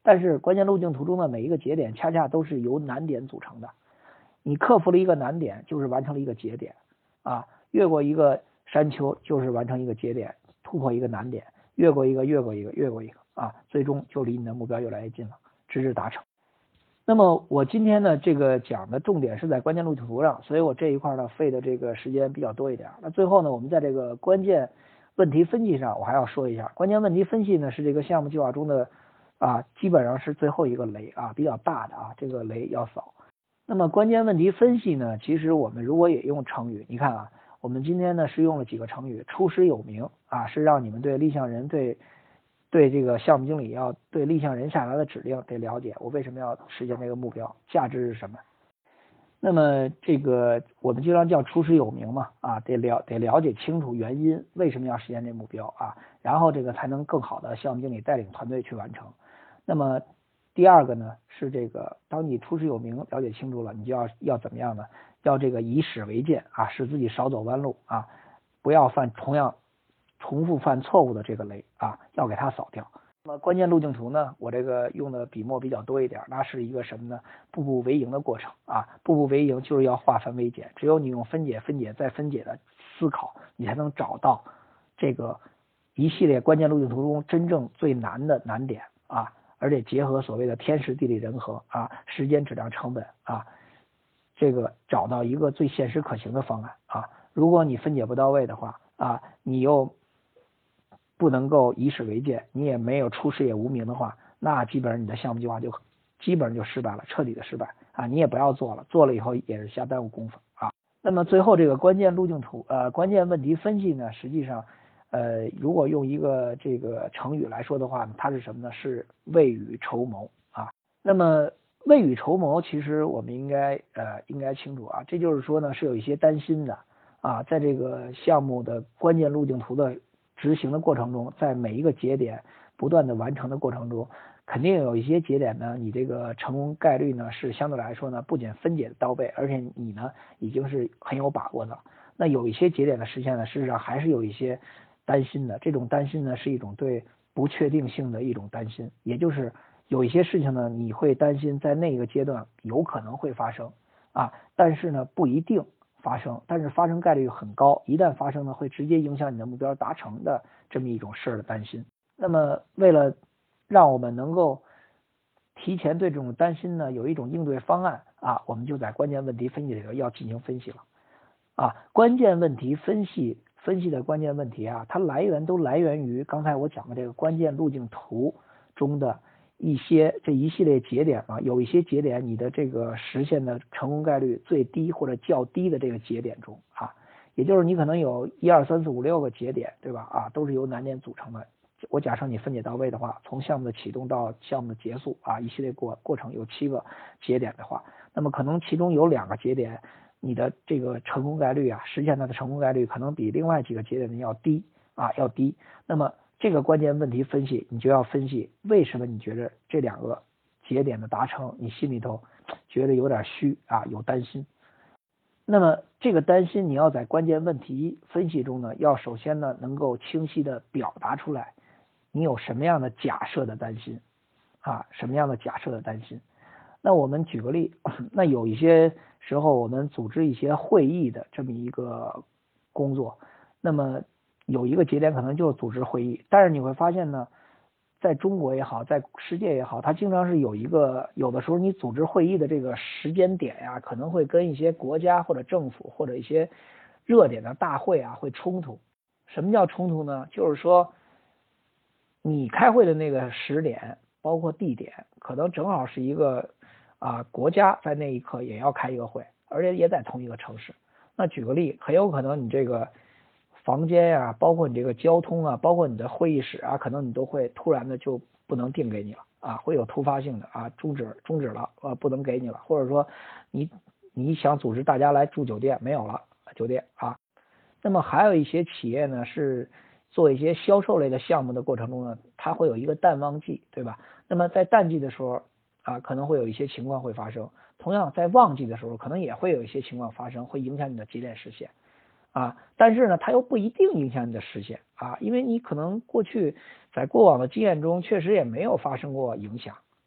但是关键路径图中的每一个节点恰恰都是由难点组成的。你克服了一个难点，就是完成了一个节点啊，越过一个山丘就是完成一个节点，突破一个难点，越过一个啊，最终就离你的目标越来越近了，直至达成。那么我今天呢，这个讲的重点是在关键路径图上，所以我这一块呢费的这个时间比较多一点。那最后呢，我们在这个关键问题分析上，我还要说一下，关键问题分析呢是这个项目计划中的基本上是最后一个雷比较大的这个雷要扫。那么关键问题分析呢，其实我们如果也用成语，你看我们今天呢是用了几个成语，出师有名是让你们对立项人对这个项目经理要对立项人下达的指令得了解，我为什么要实现这个目标，价值是什么。那么这个我们经常叫出师有名嘛得了解清楚原因，为什么要实现这目标然后这个才能更好的项目经理带领团队去完成。那么第二个呢是这个，当你出师有名了解清楚了，你就要怎么样呢？要这个以史为鉴使自己少走弯路不要犯重复犯错误的这个雷要给它扫掉。那么关键路径图呢，我这个用的笔墨比较多一点，那是一个什么呢？步步为营的过程步步为营就是要化繁为简，只有你用分解再分解的思考，你才能找到这个一系列关键路径图中真正最难的难点而且结合所谓的天时地利人和时间质量成本这个找到一个最现实可行的方案如果你分解不到位的话你又不能够以史为鉴，你也没有出师也无名的话，那基本上你的项目计划就基本上就失败了，彻底的失败你也不要做了，做了以后也是瞎耽误功夫那么最后这个关键路径图关键问题分析呢，实际上如果用一个这个成语来说的话，它是什么呢？是未雨绸缪那么未雨绸缪，其实我们应该清楚这就是说呢，是有一些担心的在这个项目的关键路径图的执行的过程中，在每一个节点不断的完成的过程中，肯定有一些节点呢，你这个成功概率呢是相对来说呢不仅分解到位，而且你呢已经是很有把握的。那有一些节点的实现呢，事实上还是有一些担心的，这种担心呢是一种对不确定性的一种担心，也就是有一些事情呢你会担心在那个阶段有可能会发生但是呢不一定发生，但是发生概率很高，一旦发生呢会直接影响你的目标达成的这么一种事的担心。那么为了让我们能够提前对这种担心呢有一种应对方案我们就在关键问题分析里头要进行分析了关键问题分析的关键问题它都来源于刚才我讲的这个关键路径图中的这一系列节点有一些节点你的这个实现的成功概率最低或者较低的这个节点中也就是你可能有1、2、3、4、5、6个节点，对吧都是由难点组成的。我假设你分解到位的话，从项目的启动到项目的结束一系列过程有7个节点的话，那么可能其中有2个节点你的这个成功概率实现它的成功概率可能比另外几个节点的要低要低。那么这个关键问题分析，你就要分析为什么你觉得这2个节点的达成你心里头觉得有点虚有担心。那么这个担心你要在关键问题分析中呢，要首先呢能够清晰的表达出来你有什么样的假设的担心什么样的假设的担心。那我们举个例，那有一些时候我们组织一些会议的这么一个工作，那么有一个节点可能就是组织会议，但是你会发现呢，在中国也好，在世界也好，它经常是有的时候你组织会议的这个时间点可能会跟一些国家或者政府或者一些热点的大会会冲突。什么叫冲突呢？就是说你开会的那个时点包括地点可能正好是一个国家在那一刻也要开一个会，而且也在同一个城市。那举个例，很有可能你这个房间包括你这个交通包括你的会议室可能你都会突然的就不能定给你了会有突发性的终止了不能给你了，或者说你想组织大家来住酒店没有了酒店那么还有一些企业呢是做一些销售类的项目的过程中呢，它会有一个淡旺季，对吧？那么在淡季的时候可能会有一些情况会发生，同样在旺季的时候可能也会有一些情况发生，会影响你的节点实现但是呢它又不一定影响你的实现因为你可能在过往的经验中确实也没有发生过影响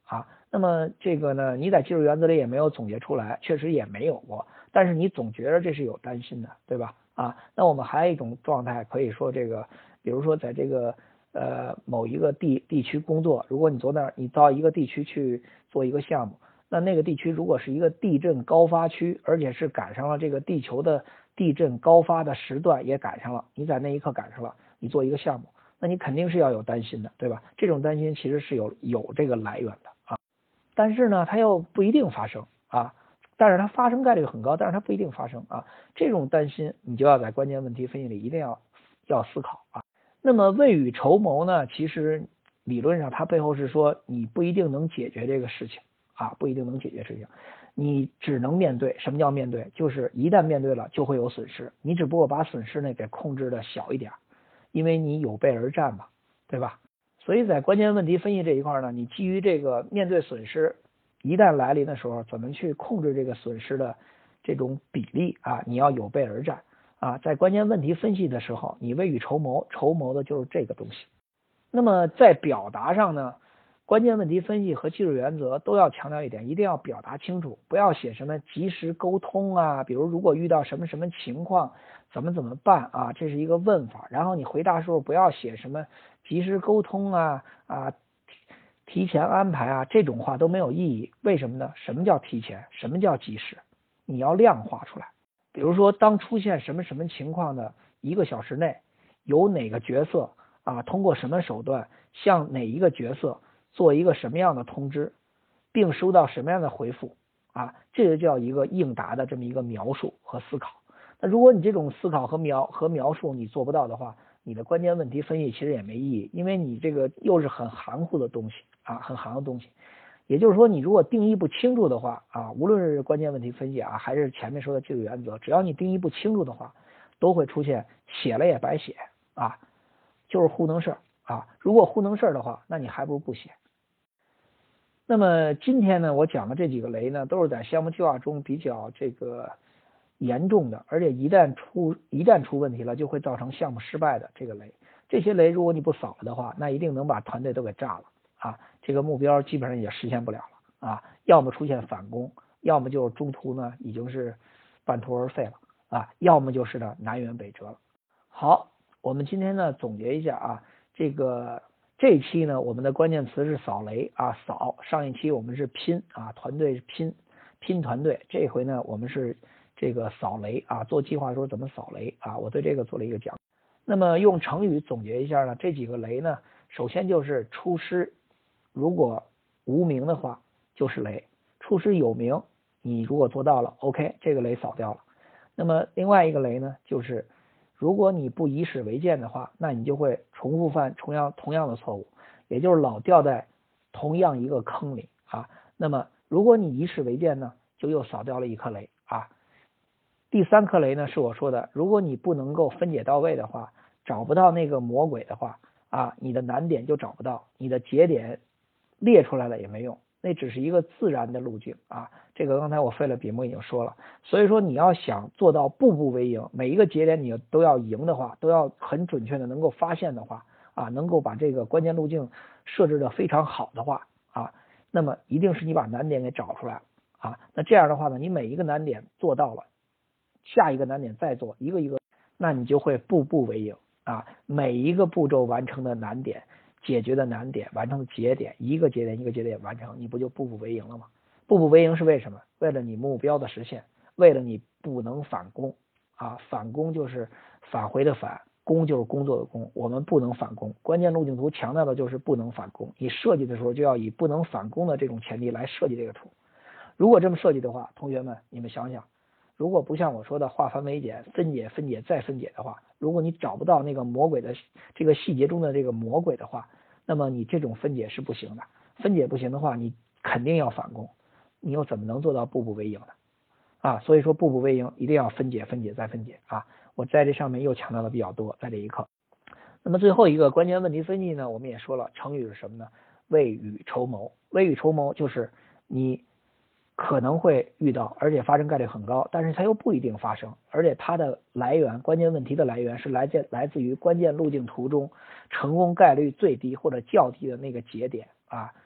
啊。那么这个呢，你在技术原则里也没有总结出来，确实也没有过，但是你总觉得这是有担心的，对吧？啊，那我们还有一种状态可以说这个，比如说在这个某一个地区工作，如果你到一个地区去做一个项目，那个地区如果是一个地震高发区，而且是赶上了这个地球的地震高发的时段也赶上了，你在那一刻赶上了，你做一个项目，那你肯定是要有担心的，对吧？这种担心其实是有这个来源的啊，但是呢，它又不一定发生啊，但是它发生概率很高，但是它不一定发生啊，这种担心你就要在关键问题分析里一定要思考啊。那么未雨绸缪呢，其实理论上它背后是说你不一定能解决这个事情啊，不一定能解决事情，你只能面对。什么叫面对？就是一旦面对了就会有损失，你只不过把损失呢给控制的小一点，因为你有备而战嘛，对吧？所以在关键问题分析这一块呢，你基于这个面对损失一旦来临的时候，怎么去控制这个损失的这种比例啊，你要有备而战啊。在关键问题分析的时候，你未雨绸缪，筹谋的就是这个东西。那么在表达上呢，关键问题分析和技术原则都要强调一点，一定要表达清楚，不要写什么及时沟通啊，比如如果遇到什么什么情况怎么办啊，这是一个问法。然后你回答时候不要写什么及时沟通啊提前安排啊，这种话都没有意义。为什么呢？什么叫提前？什么叫及时？你要量化出来。比如说，当出现什么什么情况的1个小时内，有哪个角色啊，通过什么手段向哪一个角色做一个什么样的通知，并收到什么样的回复啊，这就叫一个应答的这么一个描述和思考。那如果你这种思考和描述你做不到的话，你的关键问题分析其实也没意义，因为你这个又是很含糊的东西啊，很含糊的东西。也就是说，你如果定义不清楚的话啊，无论是关键问题分析啊，还是前面说的技术原则，只要你定义不清楚的话，都会出现写了也白写啊，就是糊弄事儿啊。如果糊弄事儿的话，那你还不如不写。那么今天呢，我讲的这几个雷呢，都是在项目计划中比较这个严重的，而且一旦出问题了，就会造成项目失败的这个雷。这些雷如果你不扫了的话，那一定能把团队都给炸了啊！这个目标基本上也实现不了了啊！要么出现反攻，要么就是中途呢已经是半途而废了啊，要么就是呢南辕北辙了。好，我们今天呢总结一下啊，这一期呢我们的关键词是扫雷啊，扫。上一期我们是拼啊，团队拼团队，这回呢我们是这个扫雷啊，做计划的时候怎么扫雷啊，我对这个做了一个讲。那么用成语总结一下呢，这几个雷呢，首先就是出师，如果无名的话就是雷，出师有名，你如果做到了 OK， 这个雷扫掉了。那么另外一个雷呢，就是如果你不以史为鉴的话，那你就会重复犯同样的错误，也就是老掉在同样一个坑里啊。那么如果你以史为鉴呢，就又扫掉了一颗雷啊。第3颗雷呢是我说的，如果你不能够分解到位的话，找不到那个魔鬼的话啊，你的难点就找不到，你的节点列出来了也没用，那只是一个自然的路径啊。这个刚才我费了笔墨已经说了，所以说你要想做到步步为营，每一个节点你都要赢的话，都要很准确的能够发现的话啊，能够把这个关键路径设置的非常好的话啊，那么一定是你把难点给找出来啊。那这样的话呢，你每一个难点做到了，下一个难点再做一个一个，那你就会步步为营啊，每一个步骤完成的难点，解决的难点，完成的节点，一个节点一个节点完成，你不就步步为营了吗？步步为营是为什么？为了你目标的实现，为了你不能反攻啊，反攻就是返回的返，攻就是工作的攻，我们不能反攻。关键路径图强调的就是不能反攻，你设计的时候就要以不能反攻的这种前提来设计这个图。如果这么设计的话，同学们你们想想，如果不像我说的化繁为简，分解分解再分解的话，如果你找不到那个魔鬼的这个细节中的这个魔鬼的话，那么你这种分解是不行的。分解不行的话，你肯定要反攻，你又怎么能做到步步为营呢？啊，所以说步步为营一定要分解分解再分解啊！我在这上面又强调的比较多，在这一课。那么最后一个关键问题分析呢，我们也说了，成语是什么呢？未雨绸缪。未雨绸缪就是你可能会遇到，而且发生概率很高，但是它又不一定发生，而且它的来源，关键问题的来源是来自于关键路径图中成功概率最低或者较低的那个节点啊，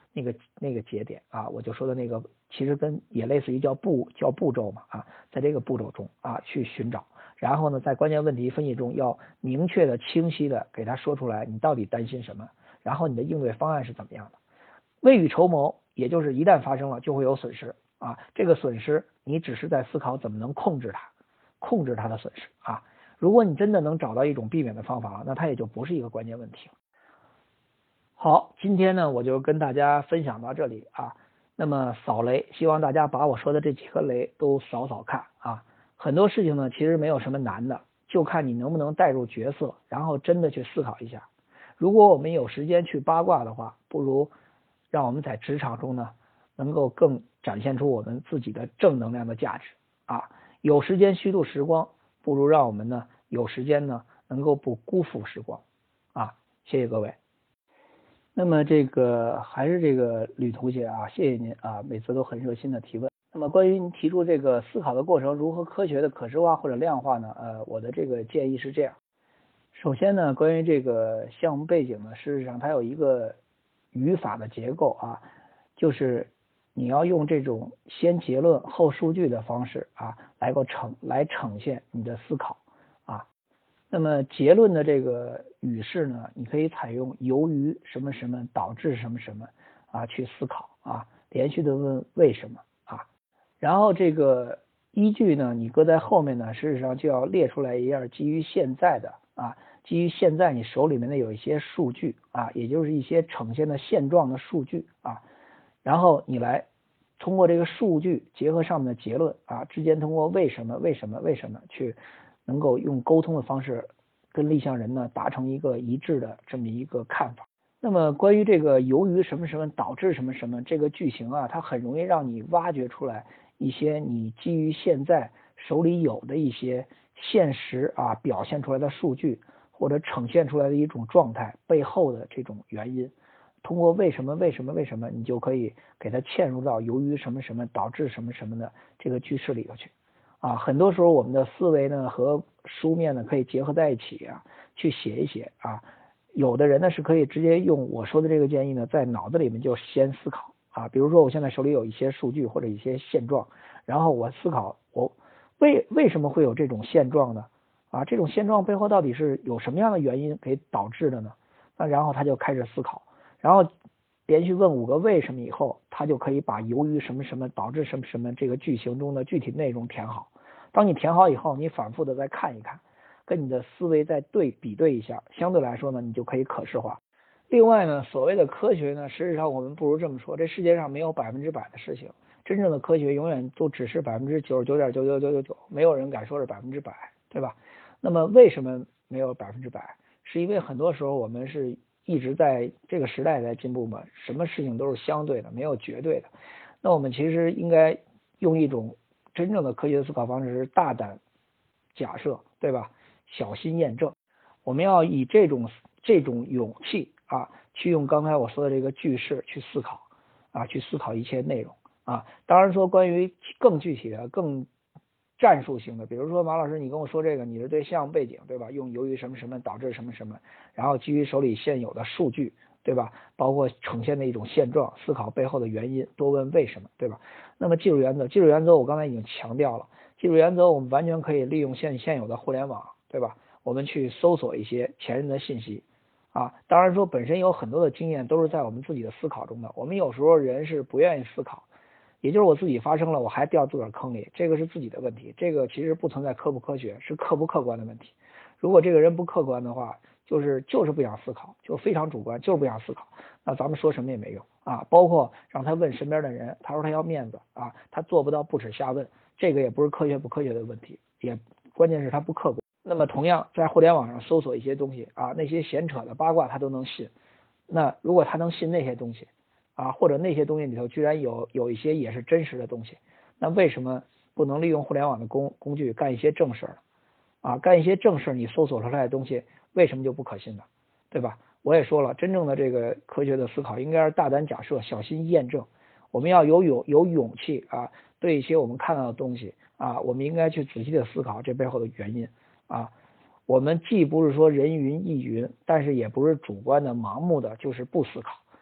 那个节点啊，我就说的那个其实也类似于叫步骤嘛啊，在这个步骤中啊去寻找，然后呢在关键问题分析中要明确的清晰的给他说出来你到底担心什么，然后你的应对方案是怎么样的。未雨绸缪，也就是一旦发生了就会有损失啊，这个损失你只是在思考怎么能控制它的损失啊。如果你真的能找到一种避免的方法，那它也就不是一个关键问题了。好，今天呢我就跟大家分享到这里啊。那么扫雷，希望大家把我说的这几颗雷都扫看啊。很多事情呢其实没有什么难的，就看你能不能带入角色，然后真的去思考一下。如果我们有时间去八卦的话，不如让我们在职场中呢能够更展现出我们自己的正能量的价值啊。有时间虚度时光，不如让我们呢有时间呢能够不辜负时光啊。谢谢各位。那么这个还是这个吕同学啊，谢谢您啊，每次都很热心的提问。那么关于您提出这个思考的过程如何科学的可视化或者量化呢？我的这个建议是这样。首先呢，关于这个项目背景呢，事实上它有一个语法的结构啊，就是你要用这种先结论后数据的方式啊，来呈现你的思考啊。那么结论的这个语式呢，你可以采用由于什么什么导致什么什么啊去思考啊，连续的问为什么啊，然后这个依据呢，你搁在后面呢，事实上就要列出来一样基于现在的啊，基于现在你手里面的有一些数据啊，也就是一些呈现的现状的数据啊，然后你来通过这个数据结合上面的结论啊，之间通过为什么去能够用沟通的方式跟立项人呢达成一个一致的这么一个看法。那么关于这个由于什么什么导致什么什么这个句型啊，它很容易让你挖掘出来一些你基于现在手里有的一些现实啊表现出来的数据或者呈现出来的一种状态背后的这种原因，通过为什么你就可以给它嵌入到由于什么什么导致什么什么的这个句式里头去啊。很多时候我们的思维呢和书面呢可以结合在一起啊，去写一写啊。有的人呢是可以直接用我说的这个建议呢，在脑子里面就先思考啊，比如说我现在手里有一些数据或者一些现状，然后我思考我为什么会有这种现状呢？啊，这种现状背后到底是有什么样的原因给导致的呢？那然后他就开始思考，然后连续问5个为什么以后，他就可以把由于什么什么导致什么什么这个句型中的具体内容填好。当你填好以后，你反复的再看一看，跟你的思维再比对一下，相对来说呢，你就可以可视化。另外呢，所谓的科学呢，实际上我们不如这么说，这世界上没有100%的事情，真正的科学永远都只是99.99999%，没有人敢说是100%，对吧？那么为什么没有100%？是因为很多时候我们是一直在这个时代在进步嘛，什么事情都是相对的，没有绝对的。那我们其实应该用一种真正的科学思考方式，是大胆假设，对吧？小心验证。我们要以这种勇气啊，去用刚才我说的这个句式去思考啊，去思考一切内容啊。当然说关于更具体的、更战术性的，比如说马老师，你跟我说这个，你是对项目背景，对吧？用由于什么什么导致什么什么，然后基于手里现有的数据，对吧？包括呈现的一种现状，思考背后的原因，多问为什么，对吧？那么技术原则我刚才已经强调了，技术原则我们完全可以利用现有的互联网，对吧？我们去搜索一些前人的信息啊，当然说本身有很多的经验都是在我们自己的思考中的，我们有时候人是不愿意思考。也就是我自己发生了，我还掉自个儿坑里，这个是自己的问题，这个其实不存在科不科学，是客不客观的问题。如果这个人不客观的话，就是不想思考，就非常主观，就是不想思考，那咱们说什么也没用啊。包括让他问身边的人，他说他要面子啊，他做不到不耻下问，这个也不是科学不科学的问题，也关键是他不客观。那么同样在互联网上搜索一些东西啊，那些闲扯的八卦他都能信，那如果他能信那些东西啊，或者那些东西里头居然有一些也是真实的东西，那为什么不能利用互联网的工具干一些正事呢？啊，干一些正事，你搜索出来的东西为什么就不可信呢？对吧？我也说了，真正的这个科学的思考应该是大胆假设，小心验证。我们要有勇气啊，对一些我们看到的东西啊，我们应该去仔细的思考这背后的原因啊。我们既不是说人云亦云，但是也不是主观的盲目的就是不思考。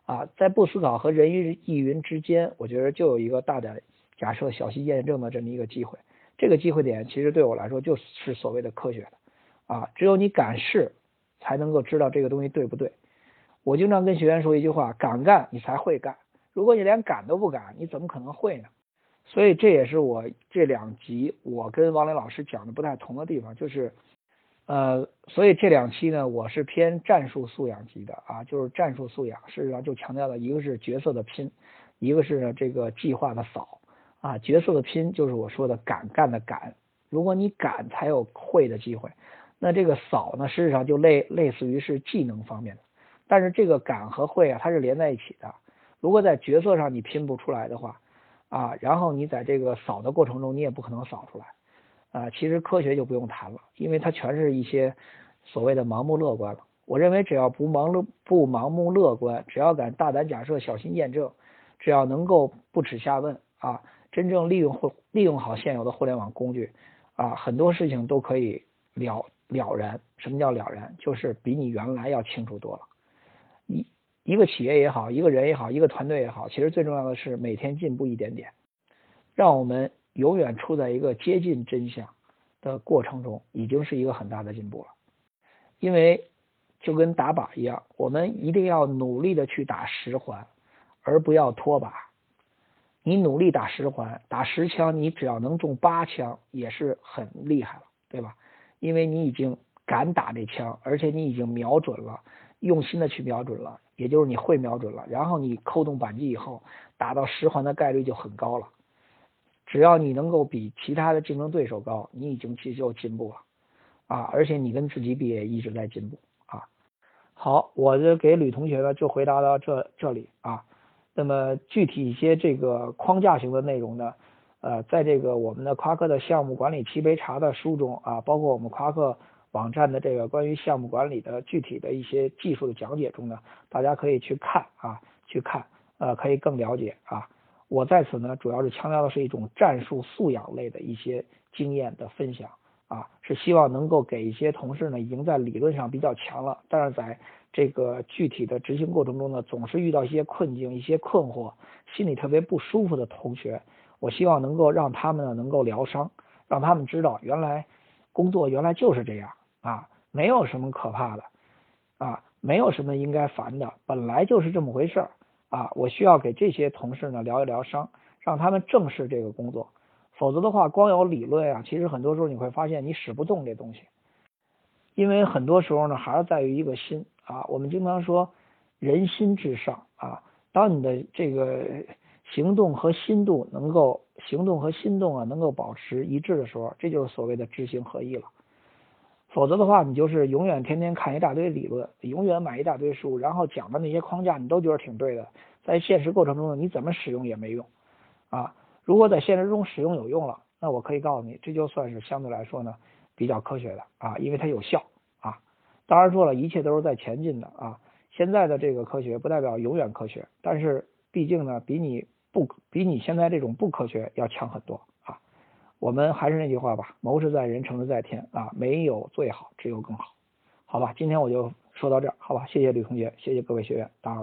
在不思考和人云亦云之间，我觉得就有一个大胆假设小心验证的这么一个机会。这个机会点其实对我来说就是所谓的科学的只有你敢试，才能够知道这个东西对不对。我经常跟学员说一句话，敢干你才会干，如果你连敢都不敢，你怎么可能会呢？所以这也是我这2集我跟王磊老师讲的不太同的地方，就是所以这2期呢，我是偏战术素养级的就是战术素养，事实上就强调了一个是角色的拼，一个是这个计划的扫角色的拼就是我说的敢干的敢，如果你敢才有会的机会，那这个扫呢，事实上就类似于是技能方面的，但是这个敢和会它是连在一起的，如果在角色上你拼不出来的话然后你在这个扫的过程中你也不可能扫出来其实科学就不用谈了，因为它全是一些所谓的盲目乐观了。我认为只要不盲目乐观，只要敢大胆假设小心验证，只要能够不耻下问真正利用好现有的互联网工具很多事情都可以了然。什么叫了然？就是比你原来要清楚多了。一个企业也好，一个人也好，一个团队也好，其实最重要的是每天进步一点点，让我们永远处在一个接近真相的过程中，已经是一个很大的进步了。因为就跟打靶一样，我们一定要努力的去打10环，而不要拖靶。你努力打10环，打10枪，你只要能中8枪也是很厉害了，对吧？因为你已经敢打这枪，而且你已经瞄准了，用心的去瞄准了，也就是你会瞄准了，然后你扣动扳机以后，打到10环的概率就很高了。只要你能够比其他的竞争对手高，你已经其实就进步了而且你跟自己比也一直在进步好，我就给吕同学呢就回答到这里那么具体一些这个框架型的内容呢在这个我们的夸克的项目管理7杯茶的书中包括我们夸克网站的这个关于项目管理的具体的一些技术的讲解中呢，大家可以去看可以更了解我在此呢主要是强调的是一种战术素养类的一些经验的分享是希望能够给一些同事呢已经在理论上比较强了，但是在这个具体的执行过程中呢，总是遇到一些困境、一些困惑，心里特别不舒服的同学，我希望能够让他们呢能够疗伤，让他们知道原来工作原来就是这样没有什么可怕的没有什么应该烦的，本来就是这么回事我需要给这些同事呢疗一疗伤，让他们正视这个工作。否则的话，光有理论其实很多时候你会发现你使不动这东西，因为很多时候呢还是在于一个心我们经常说人心至上当你的这个行动和心动能够保持一致的时候，这就是所谓的知行合一了。否则的话，你就是永远天天看一大堆理论，永远买一大堆书，然后讲的那些框架你都觉得挺对的，在现实过程中呢，你怎么使用也没用如果在现实中使用有用了，那我可以告诉你，这就算是相对来说呢比较科学的因为它有效当然说了，一切都是在前进的现在的这个科学不代表永远科学，但是毕竟呢比你现在这种不科学要强很多我们还是那句话吧，谋事在人，成事在天没有最好，只有更好。好吧，今天我就说到这儿，好吧，谢谢吕同学，谢谢各位学员，打扰。